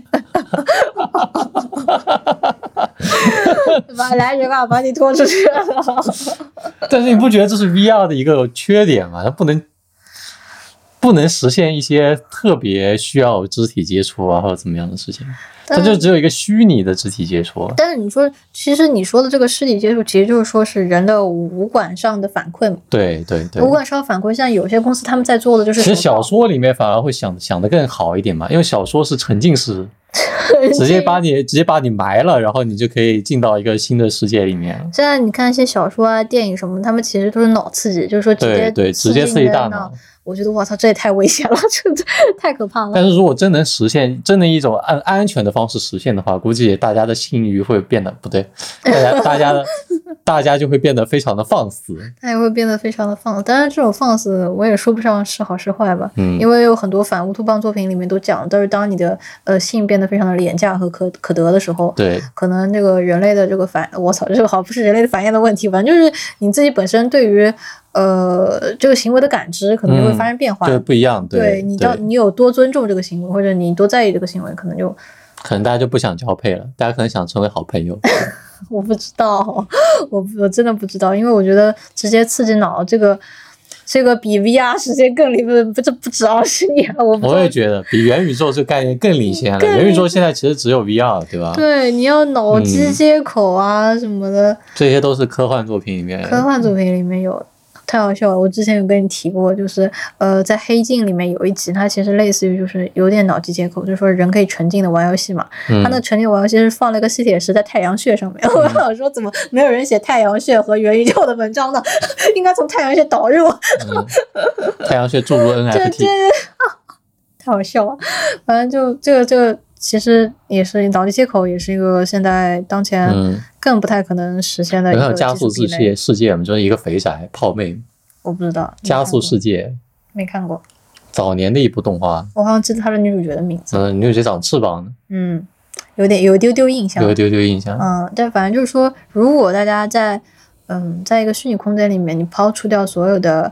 S1: 来人啊，把你拖出去了。
S2: 但是你不觉得这是 VR 的一个缺点吗？它不能实现一些特别需要肢体接触啊或者怎么样的事情，它就只有一个虚拟的肢体接触。
S1: 但是你说，其实你说的这个肢体接触，其实就是说是人的五感上的反馈嘛。
S2: 对对对，
S1: 五感上的反馈，像有些公司他们在做的就是，
S2: 其实小说里面反而会想得更好一点嘛，因为小说是沉浸式。直接把你埋了，然后你就可以进到一个新的世界里面。
S1: 现在你看一些小说啊、电影什么，他们其实都是脑刺激，就是说直接刺激大脑。我觉得我操，这也太危险了，这太可怕了。
S2: 但是如果真能实现，真的一种按安全的方式实现的话，估计大家的性欲会变得不对，大家就会变得非常的放肆。
S1: 它也会变得非常的放肆，当然这种放肆我也说不上是好是坏吧，因为有很多反乌托邦作品里面都讲，都是当你的性变得非常的廉价和可得的时候，
S2: 对，
S1: 可能这个人类的这个我操，这个好不是人类的繁衍的问题，反正就是你自己本身对于这个行为的感知可能就会发生变化，
S2: 就不一样。对，
S1: 你有多尊重这个行为，或者你多在意这个行为，可能大
S2: 家就不想交配了，大家可能想成为好朋友。
S1: 我不知道，我真的不知道，因为我觉得直接刺激脑这个比 VR 时间更离不止20年。我
S2: 也觉得比元宇宙这个概念更领先了。元宇宙现在其实只有 VR， 对吧？
S1: 对，你要脑机接口啊什么的，
S2: 这些都是科幻作品里面
S1: 有。太好笑了！我之前有跟你提过，就是在黑镜里面有一集，它其实类似于就是有点脑机接口，就是说人可以沉浸的玩游戏嘛。它那沉浸玩游戏是放了一个吸铁石在太阳穴上面。我想说，怎么没有人写太阳穴和元宇宙的文章呢？应该从太阳穴导入。
S2: 太阳穴注入 NFT。
S1: 太好笑了！反正就这个。其实也是脑机接口，也是一个现在当前更不太可能实现的一个
S2: 加速世界，我们就是一个肥宅泡妹。
S1: 我不知道
S2: 加速世界
S1: 没看过，
S2: 早年的一部动画，
S1: 我好像记得她是女主角的名字。
S2: 女主角长翅膀的，
S1: 有一丢丢印象，但反正就是说，如果大家在一个虚拟空间里面，你抛除掉所有的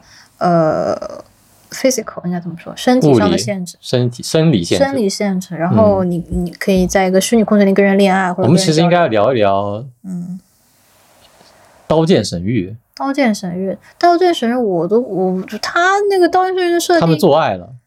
S1: physical 应该怎么说？身体上的限制，
S2: 生理
S1: 限制。然后你可以在一个虚拟空间里跟人恋爱，或者
S2: 我们其实应该要聊一聊，刀剑神域，他那个刀剑神域的设定， 他们做爱了，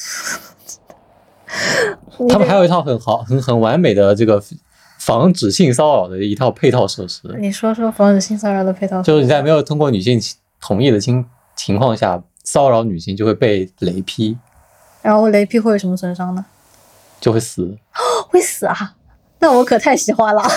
S2: 他们还有一套很完美的这个防止性骚扰的一套配套设施。
S1: 你说防止性骚扰的配套设施，
S2: 就是你在没有通过女性同意的情况下。骚扰女性就会被雷劈，
S1: 然后雷劈会有什么损伤呢？
S2: 就会死。
S1: 会死啊？那我可太喜欢了。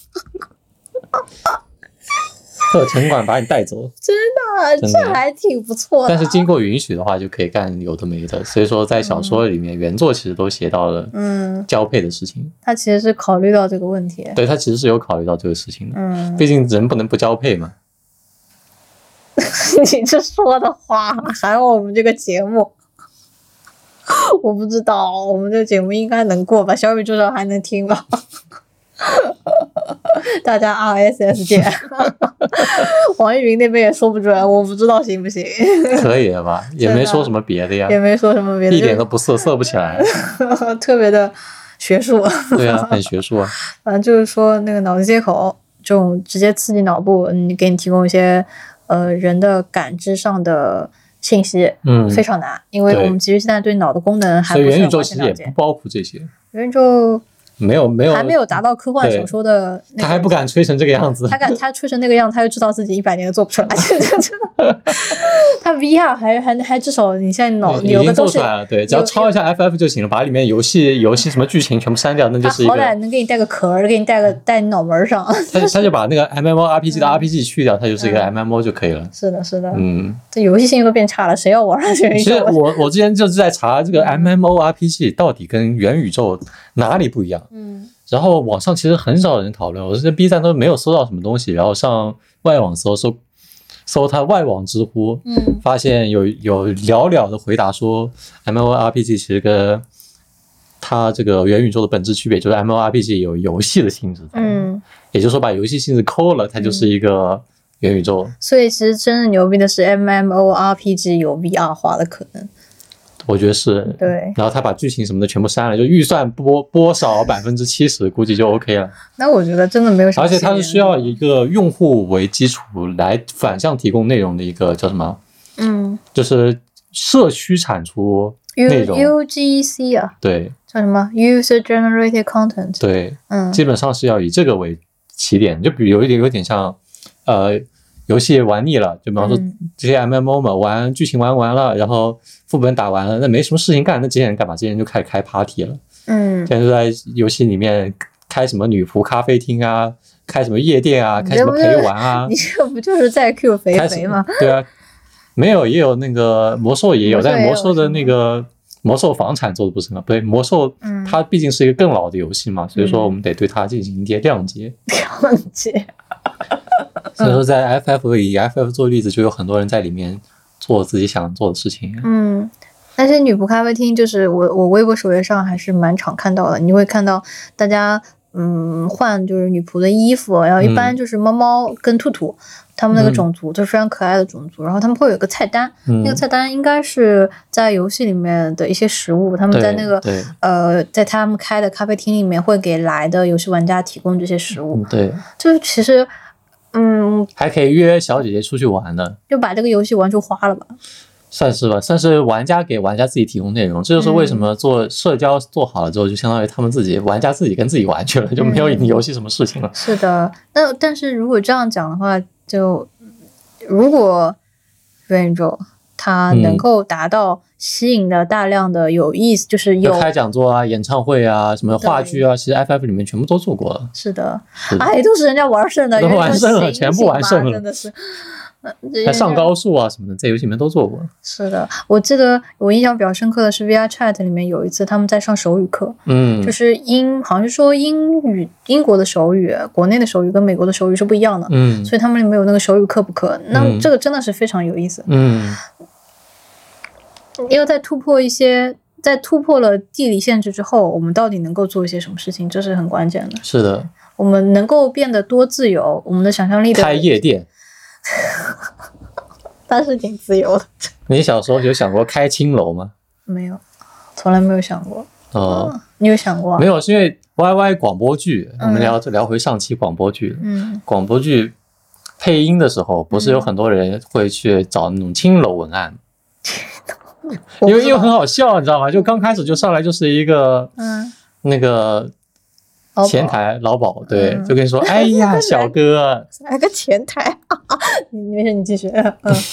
S2: 特城管把你带走，
S1: 真的这还挺不错的。
S2: 但是经过允许的话，就可以干有的没的。所以说，在小说里面，原作其实都写到了交配的事情。
S1: 他其实是考虑到这个问题，
S2: 对他其实是有考虑到这个事情的。毕竟人不能不交配嘛。
S1: 你这说的话，还有我们这个节目，我不知道，我们这个节目应该能过吧？小宇宙上还能听吧？大家 RSS 键，网易云那边也说不准，我不知道行不行？
S2: 可以的吧？也没说什么别的呀，一点都不色不起来，
S1: 特别的学术。
S2: 对啊，很学术啊。
S1: 反正就是说，那个脑机接口这种直接刺激脑部，给你提供一些。人的感知上的信息，非常难，因为我们其实现在对脑的功能还不是
S2: 所以元宇宙其实也不包括这些。
S1: 元宇宙
S2: 没有
S1: 还没有达到科幻小说的、
S2: 他还不敢吹成这个样子，
S1: 他吹成那个样子，他就知道自己100年都做不出来。他 VR 还至少你现在
S2: 已经做出来了，对，只要抄一下 FF 就行了，把里面游戏什么剧情全部删掉，那就是一个。
S1: 好歹能给你带个壳，给你戴你脑门上。
S2: 他就把那个 MMORPG 的 RPG 去掉，它就是一个 MMO 就可以了。
S1: 是的，这游戏性都变差了，谁要玩啊？其
S2: 实我之前就是在查这个 MMORPG 到底跟元宇宙哪里不一样。然后网上其实很少人讨论，我这 B 站都没有搜到什么东西，然后上外网搜它外网知乎，发现有寥寥的回答说 MMORPG 其实跟它这个元宇宙的本质区别就是 MMORPG 有游戏的性质，也就是说把游戏性质抠了，它就是一个元宇宙。
S1: 所以其实真正牛逼的是 MMORPG 有 VR 化的可能。
S2: 我觉得是，
S1: 对。
S2: 然后他把剧情什么的全部删了，就预算拨少70%，估计就 OK 了。
S1: 那我觉得真的没有什么。
S2: 而且它是需要一个用户为基础来反向提供内容的一个叫什么？就是社区产出内容。
S1: UGC 啊。
S2: 对。
S1: 叫什么 ？User Generated Content。
S2: 对。基本上是要以这个为起点，就比如有点像，游戏玩腻了，就比方说这些 MMO 嘛，剧情玩完了，然后副本打完了，那没什么事情干，那这些人干嘛？这些人就开始开 party 了。现在就在游戏里面开什么女仆咖啡厅啊，开什么夜店啊，开什么陪玩啊。
S1: 你这不就是在 Q 肥肥吗？
S2: 对啊，没有也有那个魔兽也有，但魔兽的那个魔兽房产做的不是很好，不对，魔兽它毕竟是一个更老的游戏嘛，所以说我们得对它进行一些谅解。
S1: 谅解。
S2: 所以说在 FF 以 FF 做例子，就有很多人在里面做自己想做的事情。
S1: 但是女仆咖啡厅就是我微博首页上还是蛮常看到的，你会看到大家换就是女仆的衣服，然后一般就是猫猫跟兔兔他们那个种族就是非常可爱的种族，然后他们会有一个菜单，那个菜单应该是在游戏里面的一些食物，他们在那个在他们开的咖啡厅里面会给来的游戏玩家提供这些食物。
S2: 对，
S1: 就是其实
S2: 还可以约小姐姐出去玩的，
S1: 就把这个游戏玩出花了吧。
S2: 算是吧，算是玩家给玩家自己提供内容，这就是为什么做社交做好了之后，就相当于他们玩家自己跟自己玩去了，就没有你游戏什么事情了。
S1: 是的，但是如果这样讲的话，就如果元宇宙它能够达到吸引的大量的有意思，就是有
S2: 开讲座啊、演唱会啊、什么话剧啊，其实 FF 里面全部都做过了。
S1: 是的，都是人家玩剩的，
S2: 都玩剩了，全部玩剩了，
S1: 真的是。
S2: 还上高速啊什么的，在游戏里面都做过。
S1: 是的，我记得我印象比较深刻的是 VR Chat 里面有一次他们在上手语课，就是好像是说英国的手语、国内的手语跟美国的手语是不一样的，所以他们里面有那个手语课不课，那这个真的是非常有意思。因为在突破了地理限制之后，我们到底能够做一些什么事情，这是很关键的。
S2: 是的，
S1: 我们能够变得多自由，我们的想象力的
S2: 开夜店。
S1: 但是挺自由的。
S2: 你小时候有想过开青楼吗？
S1: 没有，从来没有想过。你有想过？
S2: 没有，是因为 YY 广播剧，我们聊回上期广播剧。广播剧配音的时候，不是有很多人会去找那种青楼文案，因为很好笑，你知道吗？就刚开始就上来就是一个那个。前台老鸨对，就跟你说，哎呀，小哥，
S1: 来个前台，没事，你继续。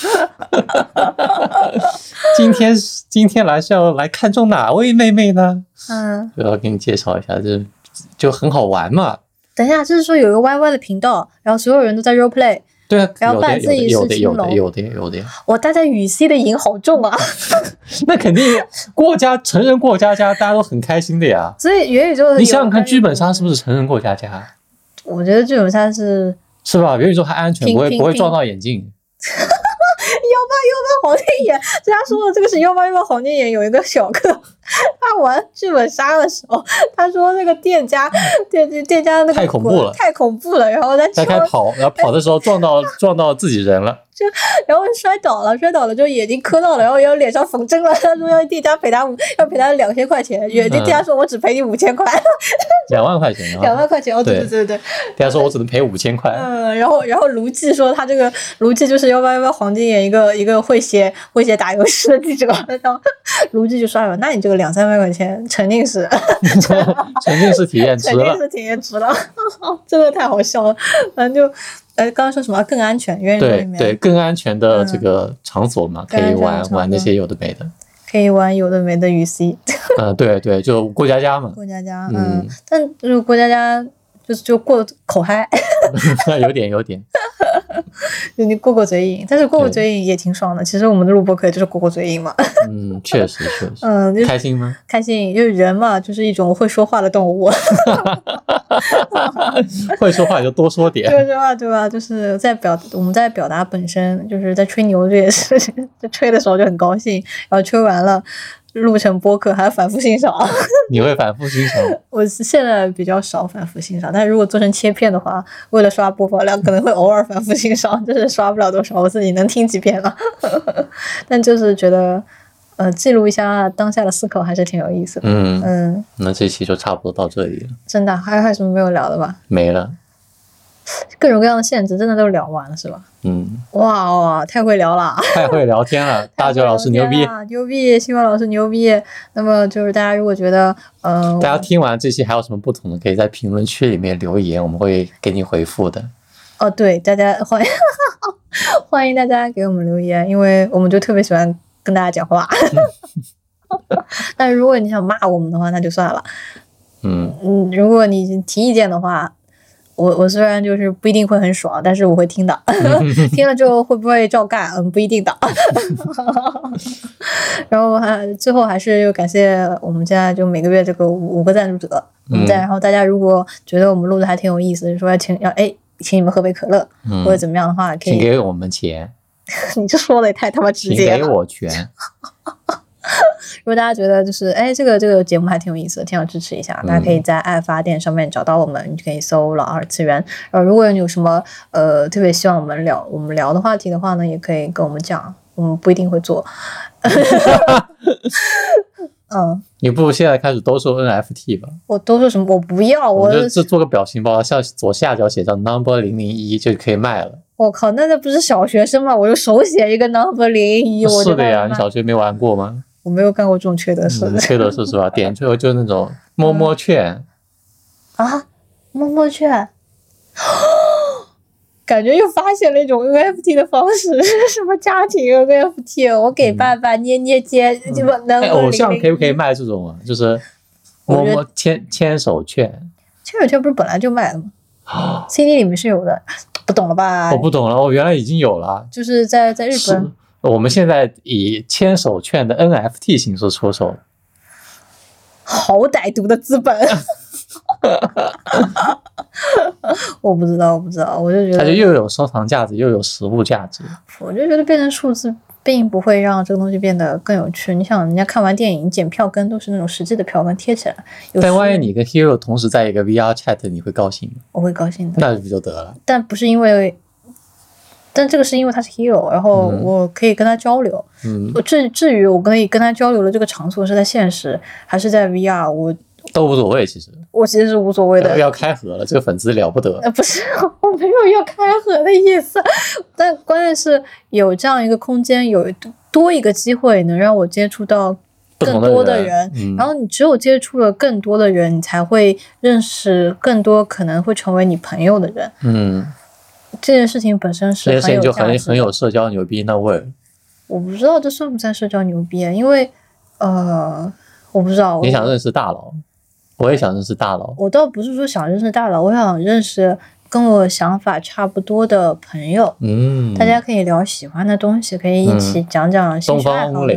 S2: 今天来是要来看中哪位妹妹呢？就要给你介绍一下，就很好玩嘛。
S1: 等一下，就是说有一个 YY 的频道，然后所有人都在 role play。
S2: 对啊，
S1: 然后扮自己是青楼，
S2: 有的。
S1: 大家语系的瘾好重啊！
S2: 那肯定成人过家家，大家都很开心的呀。
S1: 所以元宇宙，
S2: 你想想看，剧本杀是不是成人过家家？
S1: 我觉得剧本杀是
S2: 吧？元宇宙还安全，不会撞到眼镜。
S1: 188黄金眼，人家说的这个是188黄金眼，有一个小哥，他玩剧本杀的时候，他说那个店家那个
S2: 太恐怖了，
S1: 然后在
S2: 开跑，然后跑的时候撞到自己人了。
S1: 然后摔倒了就眼睛磕到了，然后脸上缝针了。他说要店家赔他2000块钱，店家说我只赔你5000块
S2: ，2万块钱
S1: ，2万块钱。哦，对。
S2: 店家说我只能赔5000块。
S1: 然后卢记说他这个卢记就是188黄金眼一个会写打游戏的记者， 卢记就刷了，那你这个200-300块钱沉浸式
S2: 沉浸式体验值了，
S1: 沉浸式体验值了真的太好笑了。反正就刚刚说什么更安全，元宇宙里面
S2: 对更安全的这个场所嘛，可以玩那些有的没的，
S1: 可以玩有的没的与 C
S2: 对，就过家家嘛，
S1: 过家家，但就是过家家就过口嗨
S2: 有点
S1: 就你过嘴瘾，但是过嘴瘾也挺爽的。其实我们的录播课就是过嘴瘾嘛。
S2: 确实。
S1: 就是、
S2: 开心吗？
S1: 开心，就是人嘛，就是一种会说话的动物。
S2: 会说话就多说点。
S1: 会说话对吧？就是我们在表达本身，就是在吹牛这件事情，在吹的时候就很高兴，然后吹完了。录成播客还要反复欣赏。
S2: 你会反复欣赏？
S1: 我现在比较少反复欣赏，但是如果做成切片的话，为了刷播放量，可能会偶尔反复欣赏，就是刷不了多少，我自己能听几遍了。但就是觉得，记录一下当下的思考还是挺有意思的。
S2: 那这期就差不多到这里了。
S1: 真的，还有什么没有聊的吧？
S2: 没了。
S1: 各种各样的限制真的都聊完了是吧？哇，太会聊了，
S2: 太会聊天了。大九老师牛逼，
S1: 牛逼！希望老师牛逼。那么就是大家如果觉得
S2: 大家听完这期还有什么不同的，可以在评论区里面留言，我们会给你回复的。
S1: 对，大家欢迎大家给我们留言，因为我们就特别喜欢跟大家讲话。但如果你想骂我们的话，那就算了。如果你提意见的话。我虽然就是不一定会很爽，但是我会听的。听了之后会不会照干？不一定的。然后最后还是感谢我们现在就每个月这个5个赞助者。然后大家如果觉得我们录的还挺有意思，说请你们喝杯可乐，或者怎么样的话，可以
S2: 请给我们钱。
S1: 你这说的也太他妈直接了。
S2: 请给我权。
S1: 如果大家觉得就是这个节目还挺有意思的，挺想支持一下，大家可以在爱发电上面找到我们，你可以搜老二次元。如果你有什么特别希望我们聊的话题的话呢，也可以跟我们讲，我们不一定会做。
S2: 你不如现在开始兜售 NFT 吧。
S1: 我兜售什么？我不要，
S2: 我就做个表情包，像左下角写上 number 001就可以卖了。
S1: 我靠，那不是小学生吗？我就手写一个 number 001，
S2: 是的呀，你小学没玩过吗？
S1: 我没有干过这种缺德事。
S2: 缺德事是吧？点最后就是那种摸摸券
S1: 摸摸券。感觉又发现了一种 NFT 的方式，什么家庭 NFT， 我给爸爸捏捏肩，
S2: 偶像可不可以卖这种就是摸摸牵手券？
S1: 牵手券不是本来就卖的吗？CD 里面是有的，不懂了吧？
S2: 我不懂了，我原来已经有了，
S1: 就是在日本。
S2: 我们现在以牵手券的 NFT 形式出售，
S1: 好歹毒的资本。我不知道，我就觉得
S2: 它就又有收藏价值，又有实物价值。
S1: 我就觉得变成数字并不会让这个东西变得更有趣。你想，人家看完电影剪票根都是那种实际的票根贴起来。
S2: 但万一你跟 Hero 同时在一个 VR chat， 你会高兴吗？
S1: 我会高兴的。
S2: 那不就得了？
S1: 但不是因为。但这个是因为他是 hero， 然后我可以跟他交流。至于我可以跟他交流的这个场所是在现实还是在 VR， 我
S2: 都无所谓。其实
S1: 我其实是无所谓的。
S2: 要开盒了，这个粉丝了不得。
S1: 不是，我没有要开盒的意思，但关键是有这样一个空间，有多一个机会能让我接触到更多的人，然后你只有接触了更多的人，你才会认识更多可能会成为你朋友的人。这件事情本身是很有价值的，
S2: 这件事情就很有社交牛逼那味儿。
S1: 我不知道这算不算社交牛逼，因为我不知道。
S2: 你想认识大佬，我也想认识大佬。
S1: 我倒不是说想认识大佬，我想认识跟我想法差不多的朋友。大家可以聊喜欢的东西，可以一起讲讲兴趣爱好。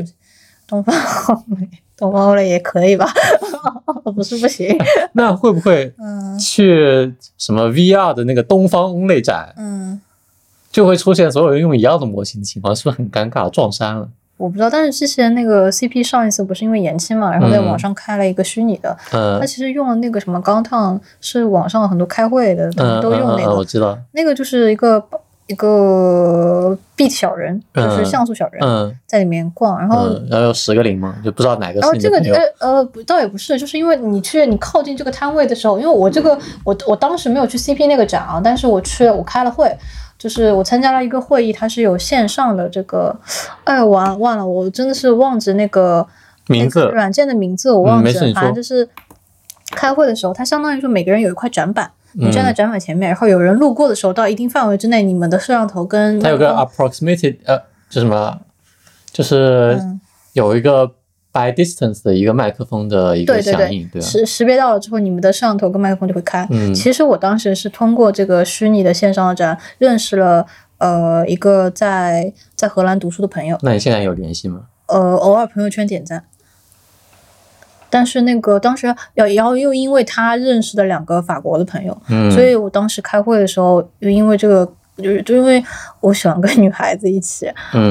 S1: 东方欧蕾也可以吧，不是不行。
S2: 那会不会去什么 VR 的那个东方欧蕾展，就会出现所有人用一样的模型的情况，是不是很尴尬，撞衫了？
S1: 我不知道，但是之前那个 CP 上一次不是因为延期嘛，然后在网上开了一个虚拟的，他其实用了那个什么钢烫，是网上很多开会的都用那个，
S2: 我知道，
S1: 那个就是一个 beat 小人，就是像素小人，在里面逛，然后
S2: 有10个0嘛，就不知道哪个是你的朋友。
S1: 倒也不是，就是因为你靠近这个摊位的时候，因为我当时没有去 CP 那个展啊，但是我开了会，就是我参加了一个会议，它是有线上的这个，忘了，我真的是忘记那个
S2: 名字
S1: 软件的名字我忘记了，反正就是开会的时候，它相当于说每个人有一块展板，你站在展板前面，然后有人路过的时候，到一定范围之内，你们的摄像头跟
S2: 它有个 approximated 就什么，就是有一个 by distance 的一个麦克风的一个响应，对，
S1: 识别到了之后，你们的摄像头跟麦克风就会开。其实我当时是通过这个虚拟的线上的展认识了一个在荷兰读书的朋友。
S2: 那你现在有联系吗？
S1: 偶尔朋友圈点赞。但是那个当时又因为他认识的2个法国的朋友，所以我当时开会的时候，又因为这个就因为我喜欢跟女孩子一起，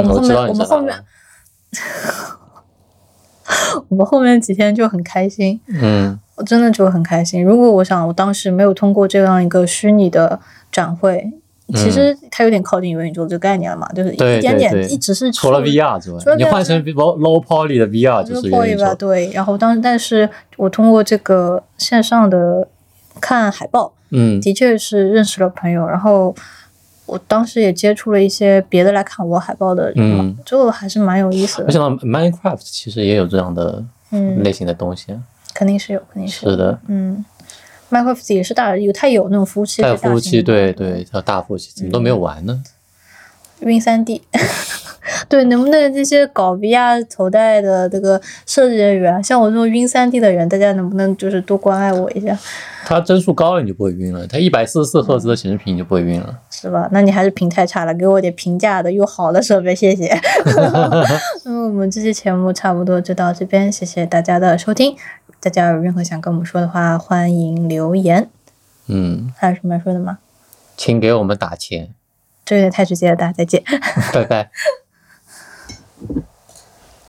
S1: 我们后面几天就很开心，我真的就很开心。如果我当时没有通过这样一个虚拟的展会。其实它有点靠近元宇宙这个概念了嘛，就是一点点，一直是
S2: 除了 VR 之外，你换成 low poly 的 VR 就是元宇宙。
S1: 对，然后但是我通过这个线上的看海报，的确是认识了朋友，然后我当时也接触了一些别的来看我海报的人，就还是蛮有意思的。
S2: 我想到 Minecraft 其实也有这样的类型的东西，
S1: 肯定是有。
S2: 是的
S1: ，Minecraft 也是它有那种服务器，
S2: 它有服务器，对，它有大服务器，怎么都没有玩呢
S1: ？Win3D 对，能不能这些搞 VR 头戴的这个设计人员，像我这种Win3D 的人，大家能不能就是多关爱我一下？
S2: 它帧数高了你就不会晕了，它144赫兹的显示屏你就不会晕了，
S1: 是吧？那你还是屏太差了，给我点平价的又好的设备，谢谢。那么我们这期节目差不多就到这边，谢谢大家的收听。大家有任何想跟我们说的话，欢迎留言。还有什么要说的吗？
S2: 请给我们打钱。
S1: 这有点太直接了，大家再见。
S2: 拜拜。